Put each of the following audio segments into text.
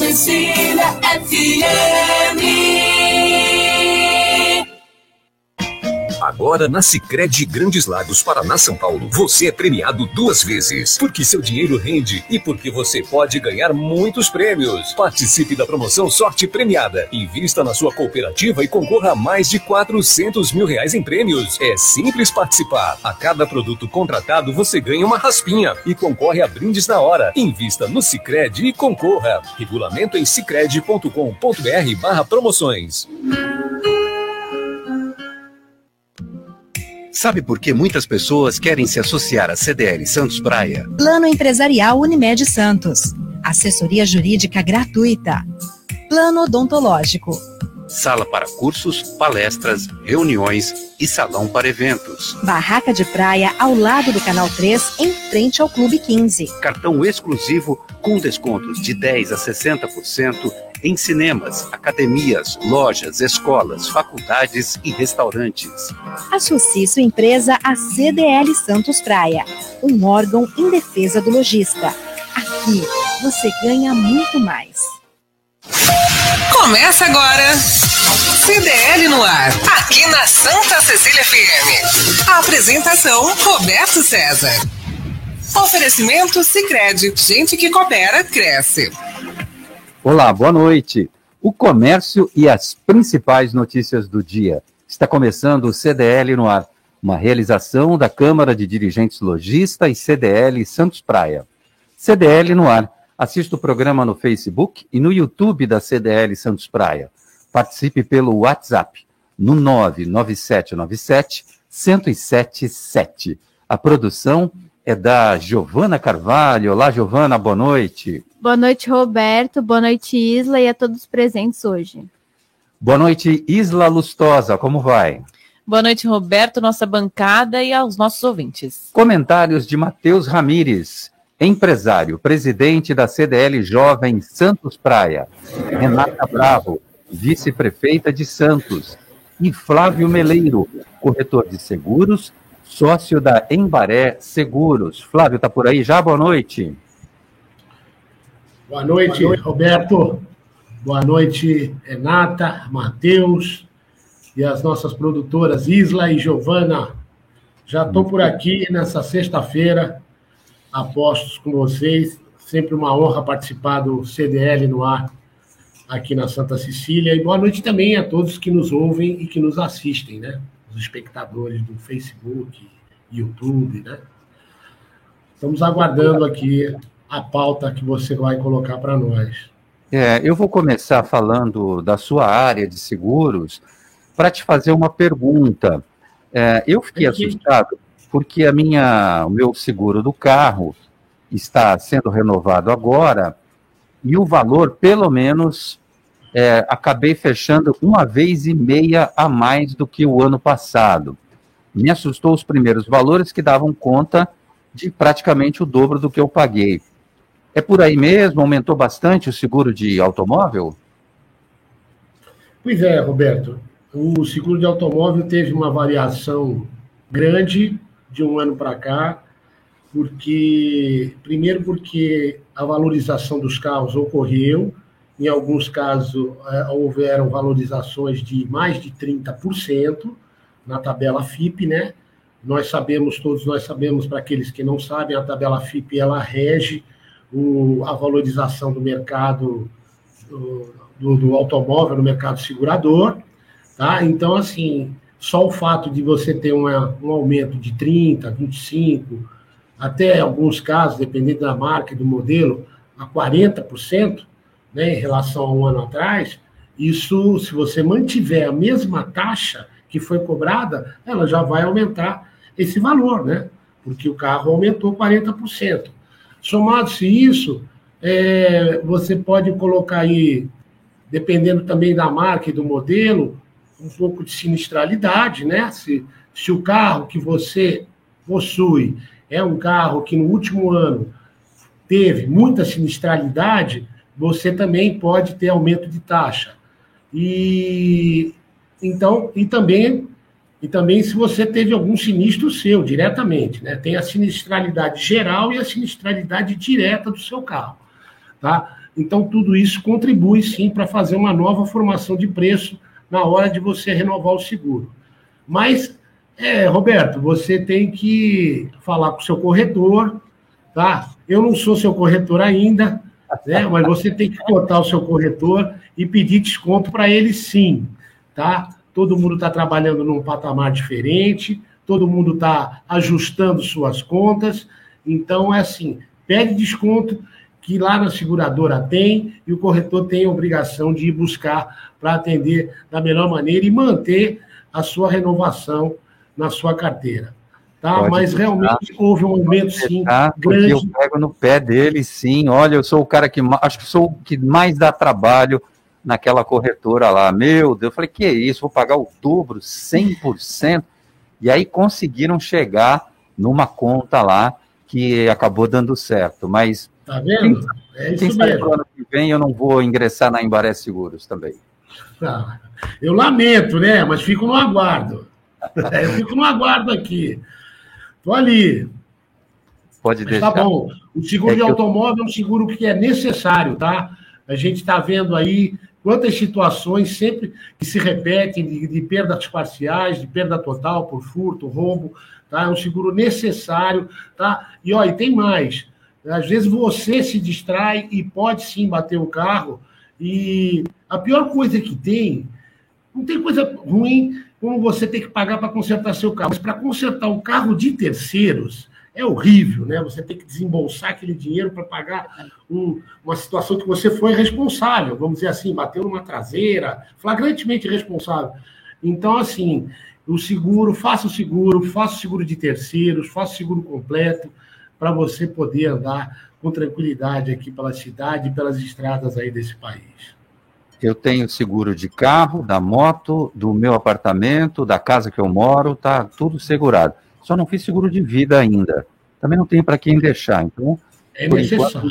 Cecília FM. Agora na Sicredi Grandes Lagos, Paraná, São Paulo, você é premiado 2 vezes, porque seu dinheiro rende e porque você pode ganhar muitos prêmios. Participe da promoção Sorte Premiada. Invista na sua cooperativa e concorra a mais de R$400 mil em prêmios. É simples participar. A cada produto contratado você ganha uma raspinha e concorre a brindes na hora. Invista no Sicredi e concorra. Regulamento em sicredi.com.br/promoções. Sabe por que muitas pessoas querem se associar à CDL Santos Praia? Plano Empresarial Unimed Santos. Assessoria Jurídica gratuita. Plano Odontológico. Sala para cursos, palestras, reuniões e salão para eventos. Barraca de praia ao lado do Canal 3, em frente ao Clube 15. Cartão exclusivo com descontos de 10% a 60% em cinemas, academias, lojas, escolas, faculdades e restaurantes. Associe sua empresa à CDL Santos Praia, um órgão em defesa do lojista. Aqui você ganha muito mais. Começa agora CDL no ar, aqui na Santa Cecília FM. A apresentação, Roberto César. Oferecimento Sicredi, gente que coopera, cresce. Olá, boa noite. O comércio e as principais notícias do dia. Está começando o CDL no ar, uma realização da Câmara de Dirigentes Logista e CDL Santos Praia. CDL no ar. Assista o programa no Facebook e no YouTube da CDL Santos Praia. Participe pelo WhatsApp no 99797-1077. A produção é da Giovana Carvalho. Olá, Giovana, boa noite. Boa noite, Roberto. Boa noite, Isla, e a todos presentes hoje. Boa noite, Isla Lustosa. Como vai? Boa noite, Roberto, nossa bancada e aos nossos ouvintes. Comentários de Matheus Ramires, empresário, presidente da CDL Jovem Santos Praia. Renata Bravo, vice-prefeita de Santos. E Flávio Meleiro, corretor de seguros, sócio da Embaré Seguros. Flávio, está por aí já? Boa noite. Boa noite, Roberto. Boa noite, Renata, Matheus e as nossas produtoras Isla e Giovana. Já estou por aqui nessa sexta-feira, apostos com vocês. Sempre uma honra participar do CDL no ar aqui na Santa Cecília. E boa noite também a todos que nos ouvem e que nos assistem, né? Os espectadores do Facebook, YouTube, né? Estamos aguardando aqui a pauta que você vai colocar para nós. Eu vou começar falando da sua área de seguros para te fazer uma pergunta. Eu fiquei assustado porque o meu seguro do carro está sendo renovado agora e o valor, pelo menos, acabei fechando 1,5 vezes a mais do que o ano passado. Me assustou os primeiros valores que davam conta de praticamente o dobro do que eu paguei. É por aí mesmo? Aumentou bastante o seguro de automóvel? Pois é, Roberto. O seguro de automóvel teve uma variação grande de um ano para cá, primeiro porque a valorização dos carros ocorreu, em alguns casos houveram valorizações de mais de 30% na tabela FIPE, né? Todos nós sabemos, para aqueles que não sabem, a tabela FIPE ela rege a valorização do mercado do automóvel, no mercado segurador, tá? Então, assim, só o fato de você ter um aumento de 30%, 25%, até alguns casos, dependendo da marca e do modelo, a 40%, né, em relação a um ano atrás, isso, se você mantiver a mesma taxa que foi cobrada, ela já vai aumentar esse valor, né? Porque o carro aumentou 40%. Somado-se isso, você pode colocar aí, dependendo também da marca e do modelo, um pouco de sinistralidade, né? Se o carro que você possui é um carro que no último ano teve muita sinistralidade, você também pode ter aumento de taxa. E também se você teve algum sinistro seu, diretamente, né? Tem a sinistralidade geral e a sinistralidade direta do seu carro, tá? Então, tudo isso contribui, sim, para fazer uma nova formação de preço na hora de você renovar o seguro. Mas, Roberto, você tem que falar com o seu corretor, tá? Eu não sou seu corretor ainda, né? Mas você tem que cotar o seu corretor e pedir desconto para ele, sim, tá? Todo mundo está trabalhando num patamar diferente, todo mundo está ajustando suas contas, então é assim, pede desconto, que lá na seguradora tem, e o corretor tem a obrigação de ir buscar para atender da melhor maneira e manter a sua renovação na sua carteira. Tá? Mas realmente houve um aumento, sim, grande. Eu pego no pé dele, sim. Olha, eu sou o cara que... Acho que sou o que mais dá trabalho naquela corretora lá. Meu Deus, eu falei, que é isso? Vou pagar outubro, 100%. E aí conseguiram chegar numa conta lá que acabou dando certo. Mas... Tá vendo? É isso mesmo. Pro ano que vem eu não vou ingressar na Embaré Seguros também. Tá. Eu lamento, né? Mas fico no aguardo. Eu fico no aguardo aqui. Estou ali. Pode Mas deixar. Tá bom. O seguro de automóvel é um seguro que é necessário, tá? A gente está vendo aí quantas situações sempre que se repetem de perdas parciais, de perda total por furto, roubo, tá? É um seguro necessário, tá? E, ó, e tem mais. Às vezes você se distrai e pode sim bater o carro. E a pior coisa que tem, não tem coisa ruim como você ter que pagar para consertar seu carro. Mas para consertar o carro de terceiros é horrível, né? Você tem que desembolsar aquele dinheiro para pagar uma situação que você foi responsável, vamos dizer assim, bateu numa traseira, flagrantemente responsável. Então, assim, faça o seguro de terceiros, faça o seguro completo, para você poder andar com tranquilidade aqui pela cidade e pelas estradas aí desse país. Eu tenho seguro de carro, da moto, do meu apartamento, da casa que eu moro, tá tudo segurado. Só não fiz seguro de vida ainda. Também não tenho para quem deixar, então... É necessário.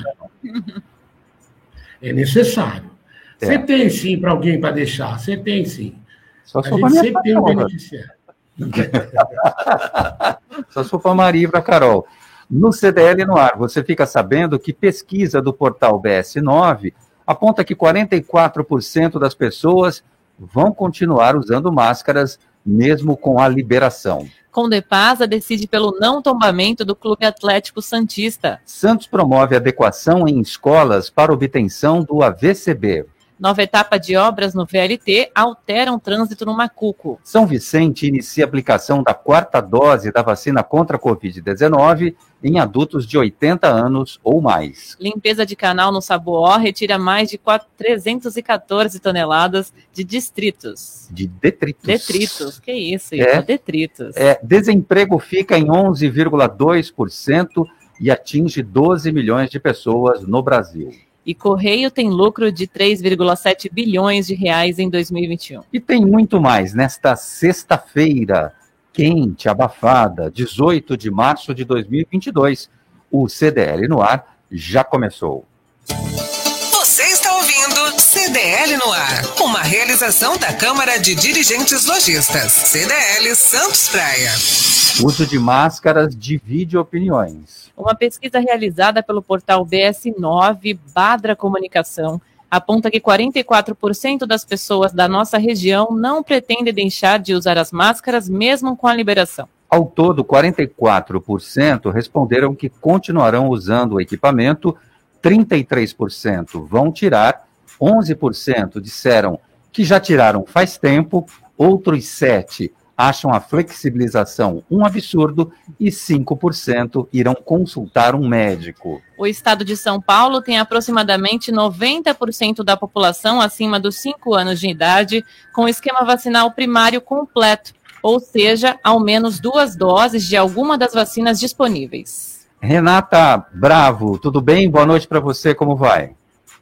É necessário. Você tem, sim, para alguém para deixar. Você tem, sim. Só a gente sempre tem um beneficiário. Só se for para a Maria e para a Carol. No CDL no ar, você fica sabendo que pesquisa do portal BS9 aponta que 44% das pessoas vão continuar usando máscaras mesmo com a liberação. Condepasa decide pelo não tombamento do Clube Atlético Santista. Santos promove adequação em escolas para obtenção do AVCB. Nova etapa de obras no VLT alteram trânsito no Macuco. São Vicente inicia aplicação da 4ª dose da vacina contra a Covid-19 em adultos de 80 anos ou mais. Limpeza de canal no Saboó retira mais de 314 toneladas de detritos. De detritos. Detritos, que isso, detritos. Desemprego fica em 11,2% e atinge 12 milhões de pessoas no Brasil. E Correio tem lucro de 3,7 bilhões de reais em 2021. E tem muito mais nesta sexta-feira, quente, abafada, 18 de março de 2022. O CDL no ar já começou. Você está ouvindo CDL no ar, uma realização da Câmara de Dirigentes Lojistas, CDL Santos Praia. Uso de máscaras divide opiniões. Uma pesquisa realizada pelo portal BS9 Badra Comunicação aponta que 44% das pessoas da nossa região não pretendem deixar de usar as máscaras mesmo com a liberação. Ao todo, 44% responderam que continuarão usando o equipamento, 33% vão tirar, 11% disseram que já tiraram faz tempo, outros 7% acham a flexibilização um absurdo e 5% irão consultar um médico. O estado de São Paulo tem aproximadamente 90% da população acima dos 5 anos de idade com esquema vacinal primário completo, ou seja, ao menos 2 doses de alguma das vacinas disponíveis. Renata Bravo, tudo bem? Boa noite para você, como vai?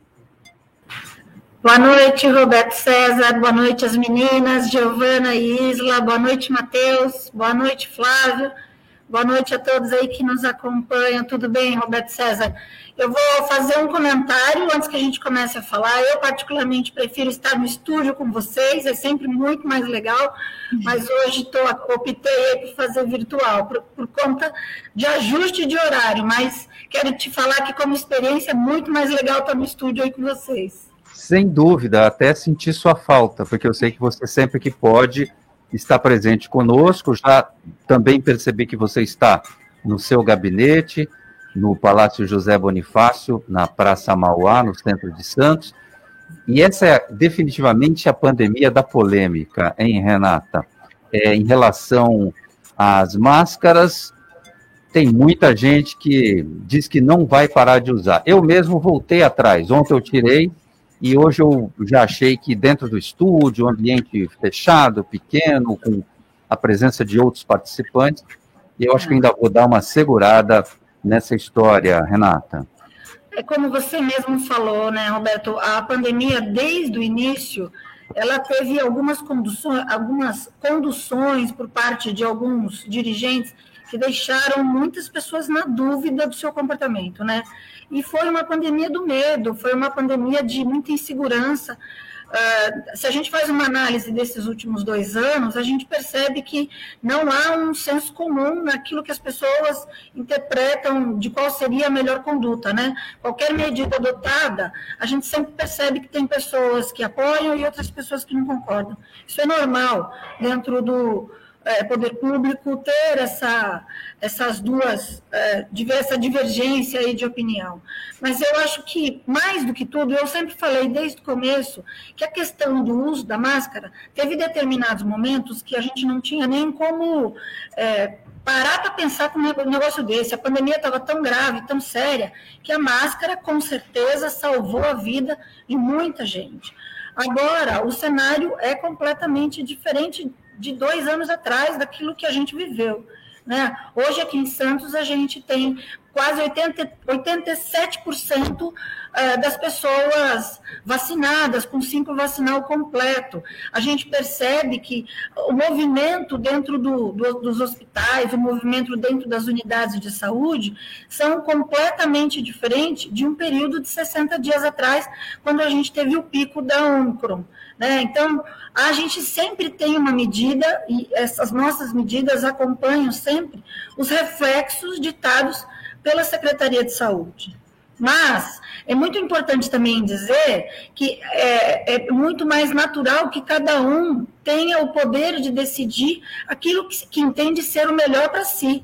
Boa noite, Roberto César. Boa noite, as meninas, Giovana e Isla. Boa noite, Matheus. Boa noite, Flávio. Boa noite a todos aí que nos acompanham. Tudo bem, Roberto César? Eu vou fazer um comentário antes que a gente comece a falar. Eu, particularmente, prefiro estar no estúdio com vocês, é sempre muito mais legal, mas hoje optei por fazer virtual, por conta de ajuste de horário, mas quero te falar que, como experiência, é muito mais legal estar no estúdio aí com vocês. Sem dúvida, até senti sua falta, porque eu sei que você sempre que pode está presente conosco. Já também percebi que você está no seu gabinete, no Palácio José Bonifácio, na Praça Mauá, no centro de Santos. E essa é definitivamente a pandemia da polêmica, hein, Renata? Em relação às máscaras, tem muita gente que diz que não vai parar de usar. Eu mesmo voltei atrás. Ontem eu tirei e hoje eu já achei que dentro do estúdio, um ambiente fechado, pequeno, com a presença de outros participantes, eu acho que ainda vou dar uma segurada nessa história, Renata. É como você mesmo falou, né, Roberto? A pandemia, desde o início, ela teve algumas conduções por parte de alguns dirigentes que deixaram muitas pessoas na dúvida do seu comportamento, né? E foi uma pandemia do medo, foi uma pandemia de muita insegurança. Se a gente faz uma análise desses últimos 2 anos, a gente percebe que não há um senso comum naquilo que as pessoas interpretam de qual seria a melhor conduta, né? Qualquer medida adotada, a gente sempre percebe que tem pessoas que apoiam e outras pessoas que não concordam. Isso é normal dentro do poder público ter essa divergência aí de opinião. Mas eu acho que, mais do que tudo, eu sempre falei desde o começo que a questão do uso da máscara teve determinados momentos que a gente não tinha nem como parar para pensar com um negócio desse. A pandemia estava tão grave, tão séria, que a máscara, com certeza, salvou a vida de muita gente. Agora, o cenário é completamente diferente de 2 anos atrás, daquilo que a gente viveu, né? Hoje, aqui em Santos, a gente tem quase 87% das pessoas vacinadas, com ciclo vacinal completo. A gente percebe que o movimento dentro dos hospitais, o movimento dentro das unidades de saúde, são completamente diferentes de um período de 60 dias atrás, quando a gente teve o pico da Omicron, né? Então, a gente sempre tem uma medida, e essas nossas medidas acompanham sempre os reflexos ditados pela Secretaria de Saúde. Mas é muito importante também dizer que é muito mais natural que cada um tenha o poder de decidir aquilo que entende ser o melhor para si.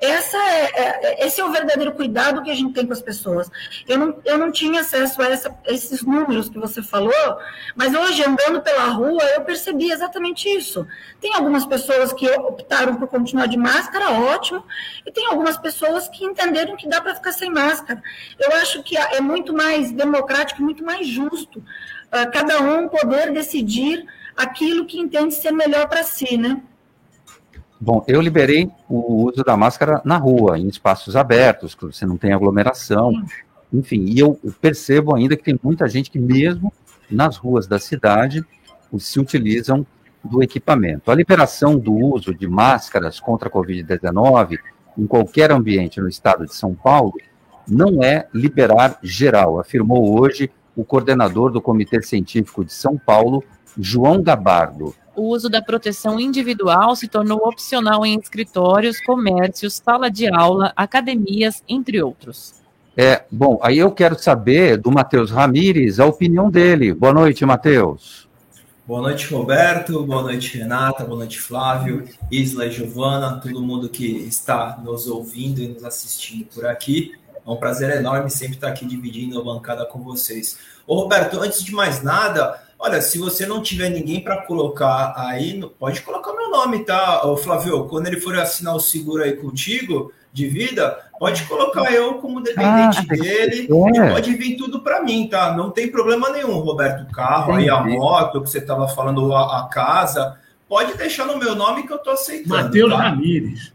Esse é o verdadeiro cuidado que a gente tem com as pessoas. Eu não tinha acesso a esses números que você falou, mas hoje, andando pela rua, eu percebi exatamente isso. Tem algumas pessoas que optaram por continuar de máscara, ótimo, e tem algumas pessoas que entenderam que dá para ficar sem máscara. Eu acho que é muito mais democrático, muito mais justo cada um poder decidir aquilo que entende ser melhor para si, né? Bom, eu liberei o uso da máscara na rua, em espaços abertos, que você não tem aglomeração, enfim, e eu percebo ainda que tem muita gente que mesmo nas ruas da cidade se utilizam do equipamento. A liberação do uso de máscaras contra a Covid-19 em qualquer ambiente no estado de São Paulo não é liberar geral, afirmou hoje o coordenador do Comitê Científico de São Paulo, João Gabardo. O uso da proteção individual se tornou opcional em escritórios, comércios, sala de aula, academias, entre outros. Bom, aí eu quero saber do Matheus Ramires a opinião dele. Boa noite, Matheus. Boa noite, Roberto. Boa noite, Renata. Boa noite, Flávio, Isla e Giovana, todo mundo que está nos ouvindo e nos assistindo por aqui. É um prazer enorme sempre estar aqui dividindo a bancada com vocês. Ô, Roberto, antes de mais nada, olha, se você não tiver ninguém para colocar aí, pode colocar meu nome, tá, ô, Flávio? Quando ele for assinar o seguro aí contigo, de vida, pode colocar eu como dependente dele, e pode vir tudo para mim, tá? Não tem problema nenhum, Roberto. O carro, aí a moto, que você estava falando, a casa, pode deixar no meu nome que eu tô aceitando. Matheus Ramires.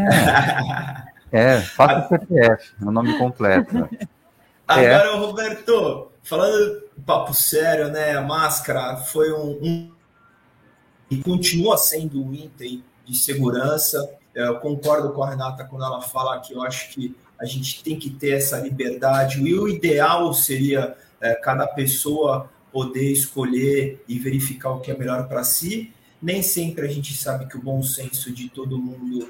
Faça o CPF, o nome completo. Agora, Roberto, falando papo sério, né? A máscara foi e continua sendo um item de segurança. Eu concordo com a Renata quando ela fala que eu acho que a gente tem que ter essa liberdade, e o ideal seria cada pessoa poder escolher e verificar o que é melhor para si. Nem sempre a gente sabe que o bom senso de todo mundo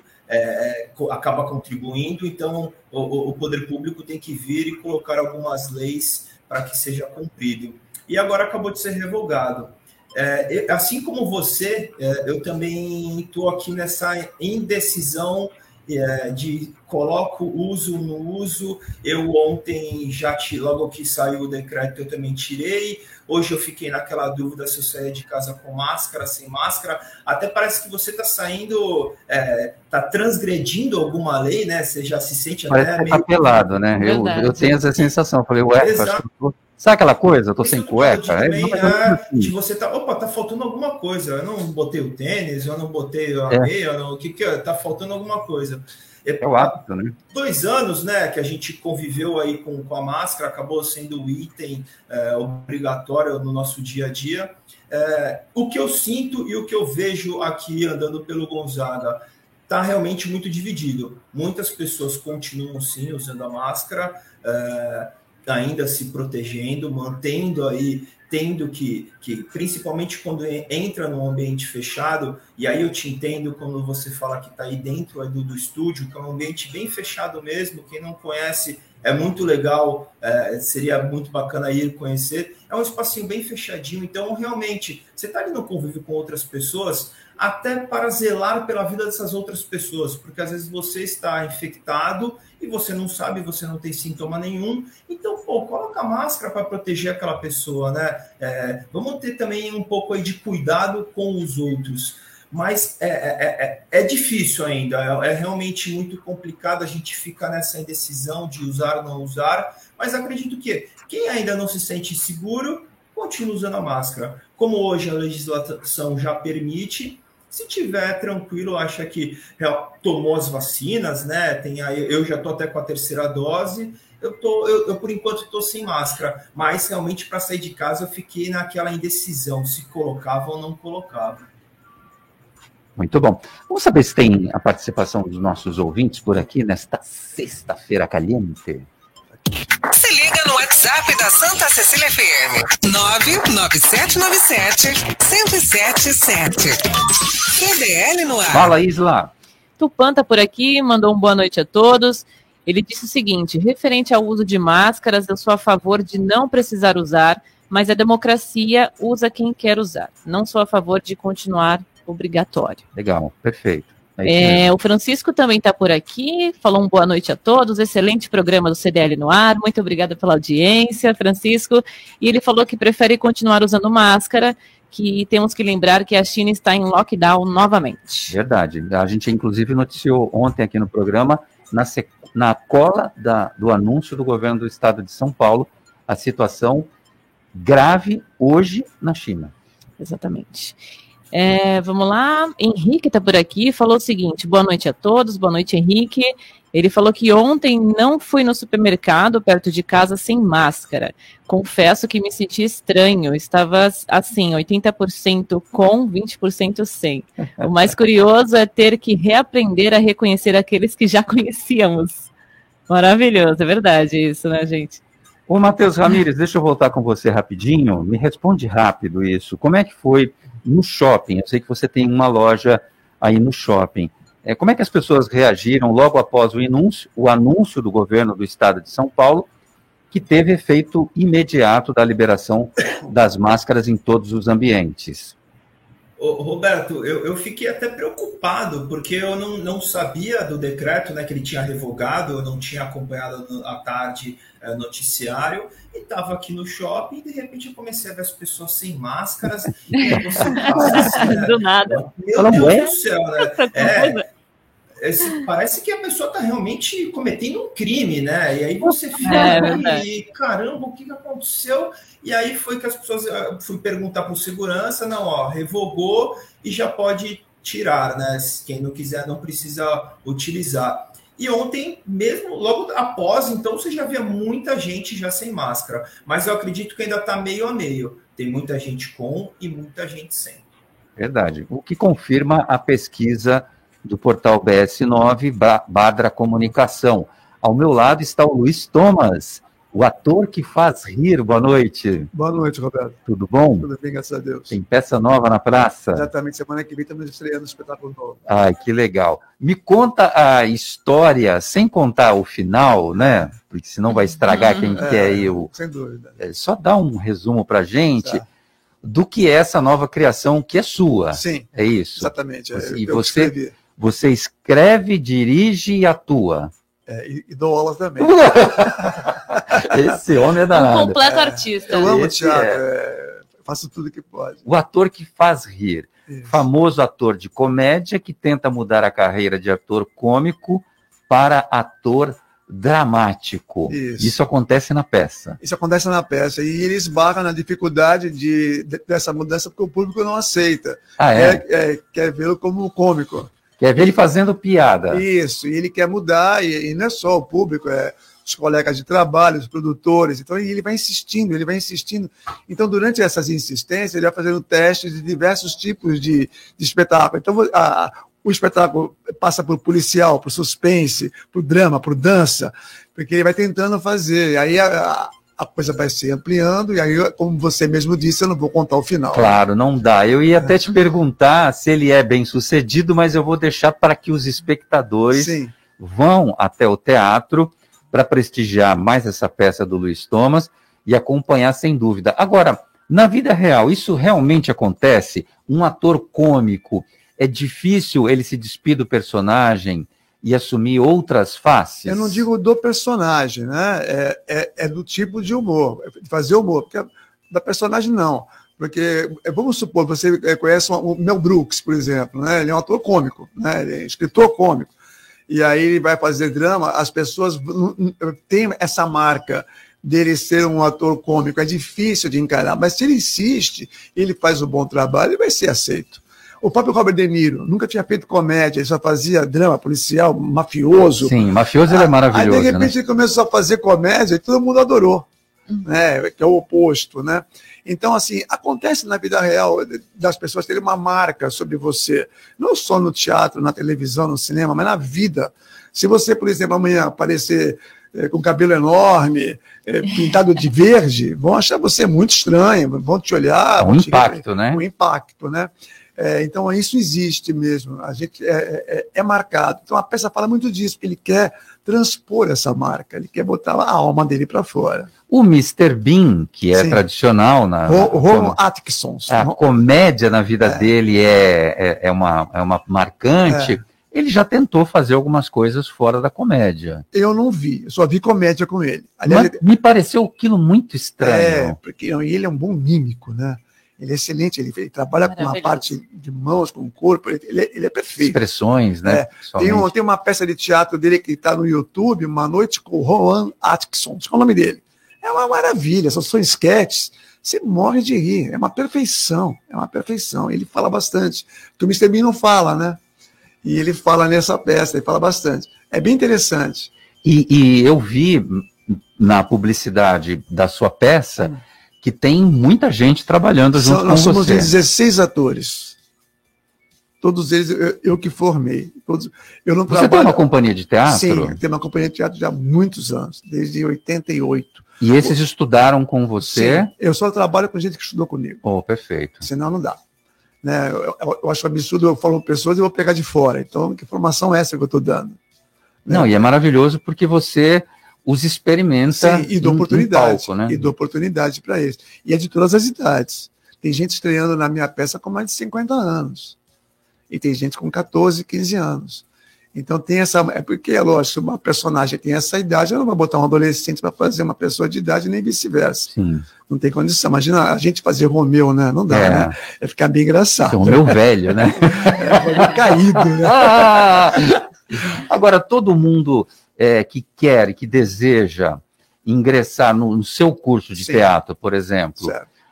acaba contribuindo, então o poder público tem que vir e colocar algumas leis para que seja cumprido. E agora acabou de ser revogado. Assim como você, eu também estou aqui nessa indecisão de coloco, uso, não uso. Eu ontem, logo que saiu o decreto, eu também tirei. Hoje eu fiquei naquela dúvida se eu saía de casa com máscara, sem máscara. Até parece que você está saindo, está transgredindo alguma lei, né? Você já se sente parece até meio... pelado, né? Eu tenho essa sensação. Eu falei, acho que eu tô... Sabe aquela coisa? Eu tô sem cueca. De você tá faltando alguma coisa. Eu não botei o tênis, eu não botei a meia, o que tá faltando alguma coisa. É o hábito, né? 2 anos, né, que a gente conviveu aí com a máscara, acabou sendo um item obrigatório no nosso dia a dia. O que eu sinto e o que eu vejo aqui andando pelo Gonzaga está realmente muito dividido. Muitas pessoas continuam, sim, usando a máscara, ainda se protegendo, mantendo aí, tendo que principalmente quando entra num ambiente fechado, e aí eu te entendo quando você fala que está aí dentro do estúdio, que é um ambiente bem fechado mesmo, quem não conhece é muito legal, seria muito bacana ir conhecer, é um espacinho bem fechadinho, então realmente, você está ali no convívio com outras pessoas, até para zelar pela vida dessas outras pessoas, porque às vezes você está infectado e você não sabe, você não tem sintoma nenhum, então, coloca a máscara para proteger aquela pessoa, né? Vamos ter também um pouco aí de cuidado com os outros, mas é difícil ainda, é realmente muito complicado, a gente fica nessa indecisão de usar ou não usar, mas acredito que quem ainda não se sente seguro, continua usando a máscara. Como hoje a legislação já permite, se tiver tranquilo, acha que tomou as vacinas, né? Eu já estou até com a 3ª dose, eu por enquanto estou sem máscara, mas realmente para sair de casa eu fiquei naquela indecisão, se colocava ou não colocava. Muito bom. Vamos saber se tem a participação dos nossos ouvintes por aqui nesta sexta-feira caliente. Se liga no WhatsApp da Santa Cecília FM, 99797-1077. CDL no ar. Fala, Isla. Tupan tá por aqui, mandou boa noite a todos. Ele disse o seguinte, referente ao uso de máscaras, eu sou a favor de não precisar usar, mas a democracia usa quem quer usar. Não sou a favor de continuar obrigatório. Legal, perfeito. O Francisco também está por aqui, falou boa noite a todos, excelente programa do CDL no ar, muito obrigada pela audiência, Francisco, e ele falou que prefere continuar usando máscara, que temos que lembrar que a China está em lockdown novamente. Verdade, a gente inclusive noticiou ontem aqui no programa, na cola do anúncio do governo do estado de São Paulo, a situação grave hoje na China. Exatamente. Vamos lá, Henrique está por aqui, falou o seguinte, boa noite a todos, boa noite, Henrique. Ele falou que ontem não fui no supermercado perto de casa sem máscara. Confesso que me senti estranho, estava assim, 80% com, 20% sem. O mais curioso é ter que reaprender a reconhecer aqueles que já conhecíamos. Maravilhoso, é verdade isso, né, gente? Ô, Matheus Ramírez, deixa eu voltar com você rapidinho, me responde rápido isso. Como é que foi no shopping? Eu sei que você tem uma loja aí no shopping. Como é que as pessoas reagiram logo após o anúncio do governo do estado de São Paulo, que teve efeito imediato da liberação das máscaras em todos os ambientes? Roberto, eu fiquei até preocupado, porque eu não sabia do decreto, né, que ele tinha revogado, eu não tinha acompanhado à tarde noticiário, e estava aqui no shopping, e de repente eu comecei a ver as pessoas sem máscaras, e aí você passa assim, né? Do nada. Meu Deus do céu, né? Parece que a pessoa está realmente cometendo um crime, né? E aí você fica e caramba, o que aconteceu? E aí foi que as pessoas, fui perguntar para o segurança, revogou e já pode tirar, né? Quem não quiser não precisa utilizar. E ontem, mesmo logo após, então você já via muita gente já sem máscara. Mas eu acredito que ainda está meio a meio. Tem muita gente com e muita gente sem. Verdade. O que confirma a pesquisa do portal BS9, Badra Comunicação. Ao meu lado está o Luiz Thomas, o ator que faz rir. Boa noite. Boa noite, Roberto. Tudo bom? Tudo bem, graças a Deus. Tem peça nova na praça? Exatamente, semana que vem estamos estreando um espetáculo novo. Ai, que legal. Me conta a história, sem contar o final, né? Porque senão vai estragar quem quer ir. Sem dúvida. Só dá um resumo pra gente do que é essa nova criação que é sua. Sim. É isso? Exatamente. E você escreve, dirige e atua. E dou aula também. Esse homem é danado. Um completo artista. Eu amo teatro, faço tudo que pode. O ator que faz rir. Isso. Famoso ator de comédia que tenta mudar a carreira de ator cômico para ator dramático. Isso acontece na peça. Isso acontece na peça. E ele esbarra na dificuldade dessa mudança porque o público não aceita. Quer vê-lo como cômico. Quer ver ele fazendo piada. Isso, e ele quer mudar, e não é só o público, os colegas de trabalho, os produtores. Então, ele vai insistindo. Então, durante essas insistências, ele vai fazendo testes de diversos tipos de espetáculo. Então, o espetáculo passa por policial, por suspense, por drama, por dança, porque ele vai tentando fazer. Aí a coisa vai se ampliando, e aí, como você mesmo disse, eu não vou contar o final. Claro, não dá. Eu ia até te perguntar se ele é bem sucedido, mas eu vou deixar para que os espectadores vão até o teatro para prestigiar mais essa peça do Luiz Thomas e acompanhar sem dúvida. Agora, na vida real, isso realmente acontece? Um ator cômico, é difícil ele se despir do personagem e assumir outras faces? Eu não digo do personagem, né? É do tipo de humor, de fazer humor, porque da personagem não. Porque, vamos supor, você conhece o Mel Brooks, por exemplo, né? Ele é um ator cômico, né? Ele é escritor cômico. E aí ele vai fazer drama, as pessoas têm essa marca dele ser um ator cômico, é difícil de encarar, mas se ele insiste, ele faz um bom trabalho, ele vai ser aceito. O próprio Robert De Niro nunca tinha feito comédia, ele só fazia drama policial, mafioso. Sim, mafioso ele é maravilhoso. Aí, de repente, ele começou a fazer comédia e todo mundo adorou, né? Que é o oposto, né? Então, assim, acontece na vida real das pessoas terem uma marca sobre você, não só no teatro, na televisão, no cinema, mas na vida. Se você, por exemplo, amanhã aparecer com cabelo enorme, pintado de verde, vão achar você muito estranho, vão te olhar. Um impacto, né? Um impacto, né? Então, isso existe mesmo, a gente é marcado. Então, a peça fala muito disso, porque ele quer transpor essa marca, ele quer botar a alma dele para fora. O Mr. Bean, que é tradicional na Rowan Atkinson. A comédia na vida dele é uma marcante. Ele já tentou fazer algumas coisas fora da comédia. Eu não vi, eu só vi comédia com ele. Aliás, me pareceu aquilo muito estranho. Porque ele é um bom mímico, né? Ele é excelente, ele trabalha com a parte de mãos, com o corpo, ele é perfeito. Expressões, né? Tem uma peça de teatro dele que está no YouTube, Uma Noite com Rowan Atkinson, qual é o nome dele? É uma maravilha, são sketches, você morre de rir, é uma perfeição, ele fala bastante, porque o Mr. Bean não fala, né? E ele fala nessa peça, ele fala bastante, é bem interessante. E eu vi na publicidade da sua peça que tem muita gente trabalhando junto com você. Nós somos 16 atores. Todos eles eu que formei. Você tem uma companhia de teatro? Sim, tem uma companhia de teatro já há muitos anos, desde 88. E esses estudaram com você? Sim, eu só trabalho com gente que estudou comigo. Oh, perfeito. Senão não dá. Né? Eu acho absurdo, eu falo com pessoas e vou pegar de fora. Então, que formação é essa que eu estou dando? Né? Não, e é maravilhoso porque você os experimenta. Sim, e dou oportunidade. Palco, né? E dou oportunidade para eles. E é de todas as idades. Tem gente estreando na minha peça com mais de 50 anos. E tem gente com 14, 15 anos. Então tem essa... É porque, é lógico, uma personagem tem essa idade, eu não vou botar um adolescente para fazer uma pessoa de idade, nem vice-versa. Não tem condição. Imagina a gente fazer Romeu, né? Não dá, né? É ficar bem engraçado. Romeu velho, né? Caído, né? Agora, todo mundo que quer, que deseja ingressar no seu curso de teatro, por exemplo,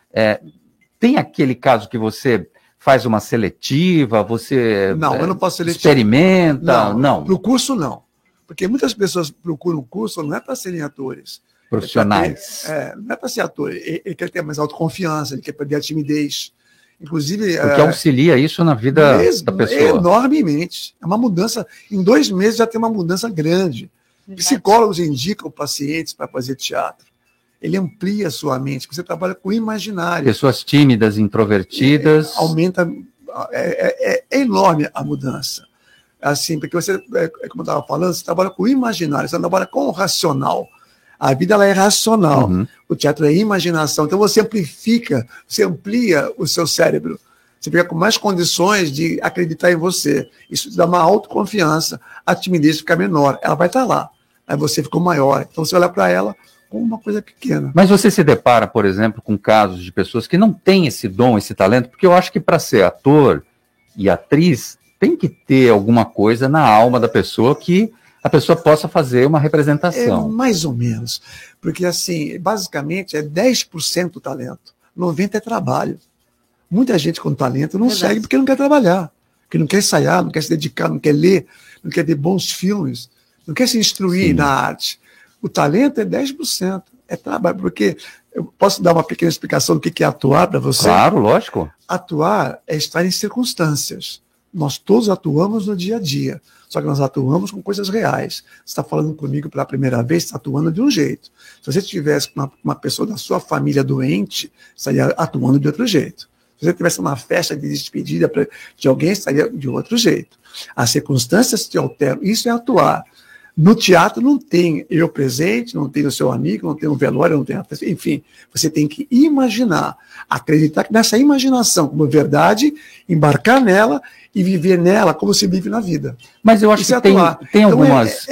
tem aquele caso que você faz uma seletiva, você não, eu não posso seletivar. Experimenta? Não. Para o curso, não. Porque muitas pessoas procuram um curso, não é para serem atores. Profissionais. Não é para ser ator. Ele quer ter mais autoconfiança, ele quer perder a timidez. Inclusive... Porque auxilia isso na vida da pessoa. Enormemente. É uma mudança, em 2 meses já tem uma mudança grande. Psicólogos indicam pacientes para fazer teatro. Ele amplia a sua mente, você trabalha com imaginário. Pessoas tímidas, introvertidas. Aumenta, é enorme a mudança. Assim, porque você, como eu estava falando, você trabalha com o imaginário, você não trabalha com o racional. A vida ela é racional, o teatro é imaginação. Então você amplifica, você amplia o seu cérebro. Você fica com mais condições de acreditar em você. Isso te dá uma autoconfiança, a timidez fica menor, ela vai estar lá. Aí você ficou maior. Então você olha para ela como uma coisa pequena. Mas você se depara, por exemplo, com casos de pessoas que não têm esse dom, esse talento, porque eu acho que para ser ator e atriz, tem que ter alguma coisa na alma da pessoa que a pessoa possa fazer uma representação. Mais ou menos. Porque, assim, basicamente é 10% talento, 90% é trabalho. Muita gente com talento não segue porque não quer trabalhar, porque não quer ensaiar, não quer se dedicar, não quer ler, não quer ver bons filmes, não quer se instruir na arte. O talento é 10%, é trabalho, porque eu posso dar uma pequena explicação do que é atuar para você? Claro, lógico. Atuar é estar em circunstâncias. Nós todos atuamos no dia a dia, só que nós atuamos com coisas reais. Você está falando comigo pela primeira vez, está atuando de um jeito. Se você tivesse uma pessoa da sua família doente, estaria atuando de outro jeito. Se você tivesse uma festa de despedida de alguém, estaria de outro jeito. As circunstâncias te alteram. Isso é atuar. No teatro não tem eu presente, não tem o seu amigo, não tem um velório, não tem a pessoa. Enfim, você tem que imaginar, acreditar nessa imaginação como verdade, embarcar nela e viver nela como se vive na vida. Mas eu acho que tem então, algumas...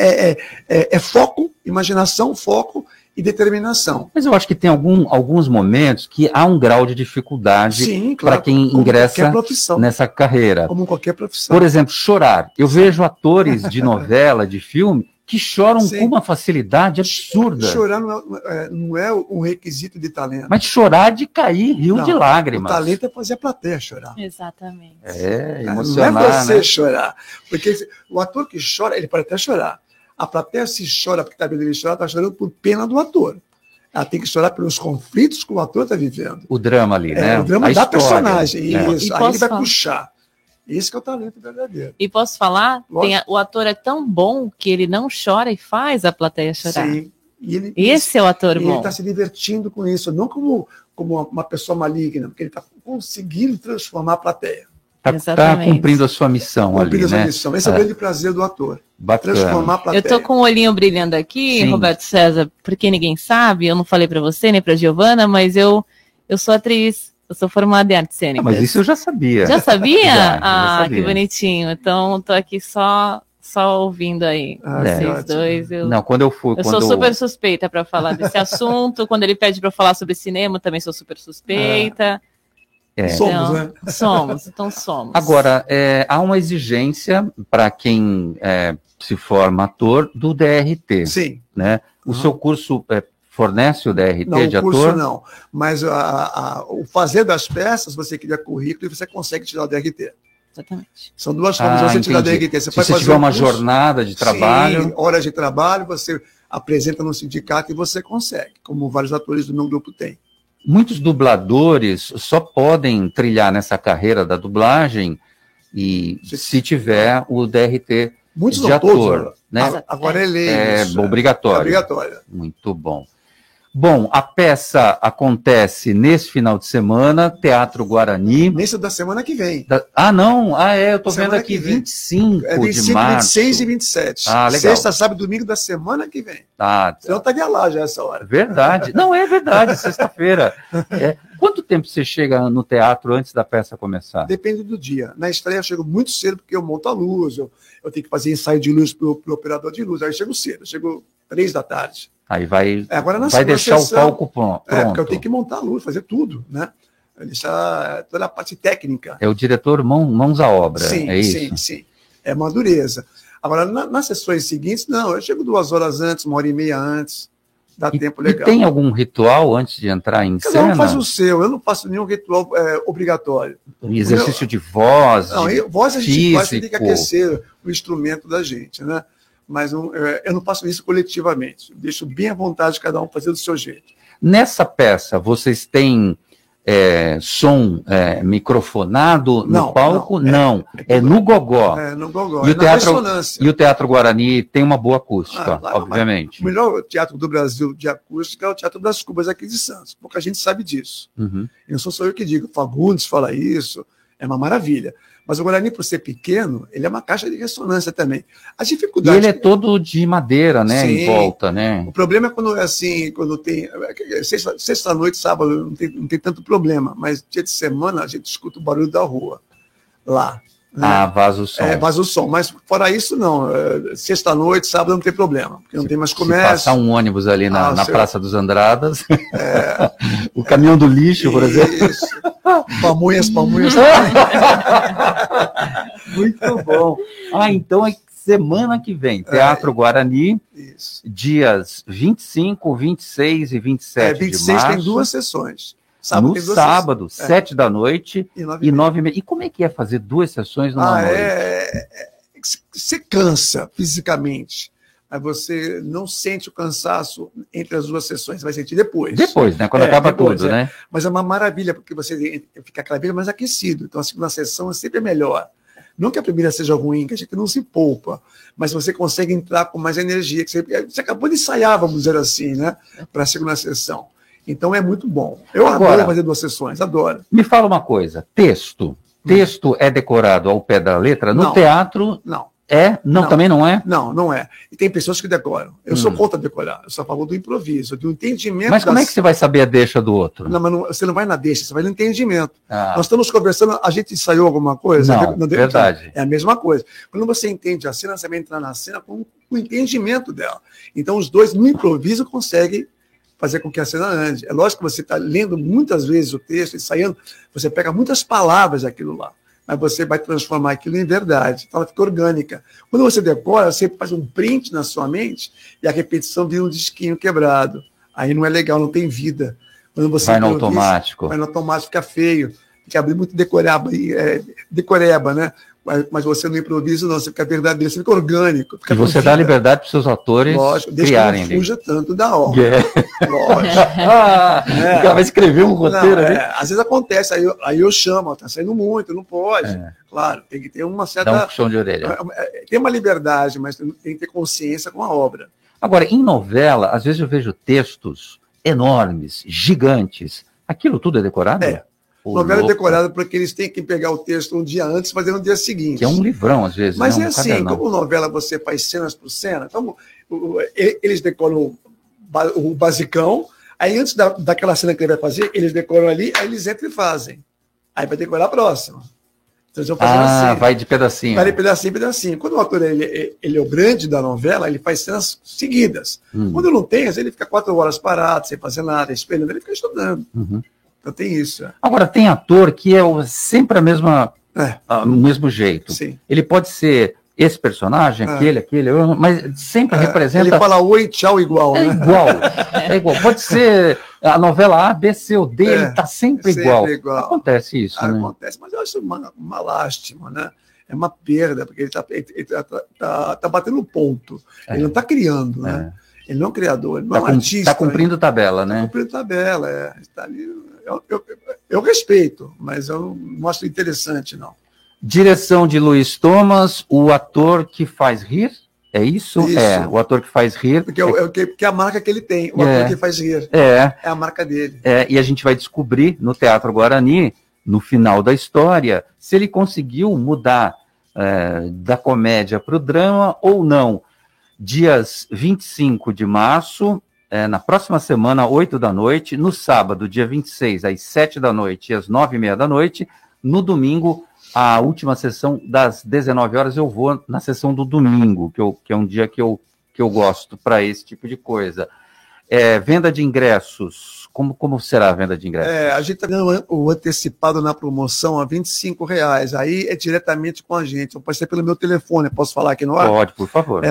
É foco, imaginação, foco e determinação. Mas eu acho que tem alguns momentos que há um grau de dificuldade para quem ingressa nessa carreira. Como qualquer profissão. Por exemplo, chorar. Eu vejo atores de novela, de filme, que choram com uma facilidade absurda. Chorar não é um requisito de talento. Mas chorar de cair, rio de lágrimas. O talento é fazer a plateia chorar. Exatamente. Emocionar, não é você né? chorar. Porque o ator que chora, ele pode até chorar. A plateia se chora porque está vendo ele chorar, está chorando por pena do ator. Ela tem que chorar pelos conflitos que o ator está vivendo. O drama ali, né? O drama da história, personagem. Isso. Aí ele vai falar? Puxar. Esse que é o talento verdadeiro. E posso falar? O ator é tão bom que ele não chora e faz a plateia chorar. Sim. Esse é o ator bom. Ele está se divertindo com isso, não como uma pessoa maligna, porque ele está conseguindo transformar a plateia. Está cumprindo a sua missão ali, né? Missão. Esse é o grande prazer do ator. Bacana. Transformar a plateia. Eu tô com o olhinho brilhando aqui, Sim. Roberto César, porque ninguém sabe, eu não falei para você nem para Giovana, mas eu sou atriz, eu sou formada em artes cênicas. Mas isso eu já sabia. Já sabia? Já sabia. Que bonitinho. Então, tô aqui só ouvindo aí. Vocês dois. Não, quando eu fui... Eu sou super suspeita para falar desse assunto. Quando ele pede para eu falar sobre cinema, também sou super suspeita. Somos, né? Somos. Agora, há uma exigência para quem se forma ator do DRT. Sim. Né? O seu curso fornece o DRT não, de o curso ator? Não, mas o fazer das peças, você cria currículo e você consegue tirar o DRT. Exatamente. São duas formas de você tirar o DRT. Se você tiver uma jornada de trabalho... Sim, horas de trabalho, você apresenta no sindicato e você consegue, como vários atores do meu grupo têm. Muitos dubladores só podem trilhar nessa carreira da dublagem e se tiver o DRT muitos de ator. Todos, né? Agora é obrigatório. É obrigatório. Muito bom. Bom, a peça acontece nesse final de semana, Teatro Guarani. Nesse da semana que vem. Eu estou vendo aqui 25 de março. 26 e 27. Legal. Sexta, sábado e domingo da semana que vem. Senão estaria lá já essa hora. Verdade. Não, é verdade, sexta-feira. Quanto tempo você chega no teatro antes da peça começar? Depende do dia. Na estreia eu chego muito cedo, porque eu monto a luz, eu tenho que fazer ensaio de luz para o operador de luz. Aí eu chego cedo, eu chego 3 da tarde. Aí vai vai deixar o palco pronto. Porque eu tenho que montar a luz, fazer tudo, né? Deixar toda a parte técnica. É o diretor mãos à obra, sim, é isso? Sim. É uma dureza. Agora, nas sessões seguintes, não, eu chego 2 horas antes, 1h30 antes, dá tempo legal. E tem algum ritual antes de entrar em cena? Cada um faz o seu, eu não faço nenhum ritual obrigatório. Exercício de voz, voz a gente físico. faz, tem que aquecer o instrumento da gente, né? Mas eu não faço isso coletivamente. Eu deixo bem à vontade cada um fazer do seu jeito. Nessa peça, vocês têm som microfonado no Não, palco? não. É no gogó. É, no gogó. E É o na teatro, ressonância. e o Teatro Guarani tem uma boa acústica, Lá, obviamente. O melhor teatro do Brasil de acústica é o Teatro Brás Cubas aqui de Santos. Pouca gente sabe disso. Uhum. E não sou só eu que digo. O Fagundes fala isso. É uma maravilha. Mas o Guarani, por ser pequeno, ele é uma caixa de ressonância também. A E dificuldade... ele é todo de madeira, né? Sim. Em volta, né? O problema é quando é assim, quando tem... Sexta-noite, sábado, não tem tanto problema. Mas dia de semana, a gente escuta o barulho da rua. Lá. Né? Vaza o som. Vaza o som. Mas fora isso, não. Sexta-noite, sábado não tem problema. Porque não tem mais comércio. Se passar um ônibus ali na seu... Praça dos Andradas, o caminhão do lixo, por exemplo. Isso. Pamonhas. Muito bom. Então é semana que vem, Teatro Guarani, isso. Dias 25, 26 e 27 26 de março. tem 2 sessões. No sábado, 7 da noite e 9h30. E como é que é fazer 2 sessões numa noite? Você cansa fisicamente. Aí você não sente o cansaço entre as 2 sessões, vai sentir depois. Depois, né? Quando acaba tudo, né? Mas é uma maravilha, porque você fica cada vez mais aquecido. Então a segunda sessão é sempre melhor. Não que a primeira seja ruim, que a gente não se poupa, mas você consegue entrar com mais energia. Que você acabou de ensaiar, vamos dizer assim, né? Para a segunda sessão. Então é muito bom. Eu adoro fazer 2 sessões, adoro. Me fala uma coisa, texto. Texto é decorado ao pé da letra? No teatro... Não. Não, também não é? Não é. E tem pessoas que decoram. Eu sou contra decorar. Eu só falo do improviso, do entendimento. Mas como é que você vai saber a deixa do outro? Não, mas você não vai na deixa, você vai no entendimento. Nós estamos conversando, a gente ensaiou alguma coisa? Não, verdade. É a mesma coisa. Quando você entende a cena, você vai entrar na cena com o entendimento dela. Então, os dois, no improviso, conseguem fazer com que a cena ande. É lógico que você está lendo muitas vezes o texto, ensaiando, você pega muitas palavras daquilo lá. Mas você vai transformar aquilo em verdade. Então ela fica orgânica. Quando você decora, você faz um print na sua mente e a repetição vira um disquinho quebrado. Aí não é legal, não tem vida. Quando você vai no automático. Vai no automático, fica feio. Fica abrindo muito decoreba, né? Mas você no improviso, não, você fica verdadeiro, você fica orgânico. Fica e você dá liberdade para os seus atores criarem. Deixa que não fuja tanto da obra. Lógico. O cara vai escrever um roteiro ali. Às vezes acontece, aí eu chamo, tá saindo muito, não pode. Claro, tem que ter uma certa... Dá um puxão de orelha. Tem uma liberdade, mas tem que ter consciência com a obra. Agora, em novela, às vezes eu vejo textos enormes, gigantes. Aquilo tudo é decorado? Novela é decorada porque eles têm que pegar o texto um dia antes e fazer no dia seguinte. Que é um livrão, às vezes. Mas né? é assim, como novela você faz cenas por cena, então, eles decoram o basicão, aí antes daquela cena que ele vai fazer, eles decoram ali, aí eles entram e fazem. Aí vai decorar a próxima. Então, eles vão fazer assim. Vai de pedacinho. Vai de pedacinho em pedacinho. Quando o ator ele é o grande da novela, ele faz cenas seguidas. Quando não tem, às vezes ele fica 4 horas parado, sem fazer nada, esperando, ele fica estudando. Então tem isso. Agora, tem ator que é sempre o mesmo jeito. Sim. Ele pode ser esse personagem, aquele, mas sempre representa... Ele fala oi, tchau, igual. É igual. Pode ser a novela A, B, C ou D, ele está sempre igual. Acontece isso, né? Acontece, mas eu acho uma lástima, né? É uma perda, porque ele tá batendo ponto. Ele não está criando, né? Ele não é um criador, ele não é um artista. Está cumprindo tabela, né? Está cumprindo tabela, Está ali... Eu respeito, mas eu não acho interessante, não. Direção de Luiz Thomas, o ator que faz rir? É isso? O ator que faz rir. Porque é a marca que ele tem, o ator que faz rir. É a marca dele. E a gente vai descobrir no Teatro Guarani, no final da história, se ele conseguiu mudar da comédia para o drama ou não. Dias 25 de março... na próxima semana, 8 da noite, no sábado, dia 26, às 7 da noite e às 9h30 da noite, no domingo, a última sessão das 19 horas, eu vou na sessão do domingo, que é um dia que eu gosto para esse tipo de coisa. Venda de ingressos, como será a venda de ingressos? A gente está dando o antecipado na promoção a R$25, aí é diretamente com a gente, pode ser pelo meu telefone, posso falar aqui no ar? Pode, por favor.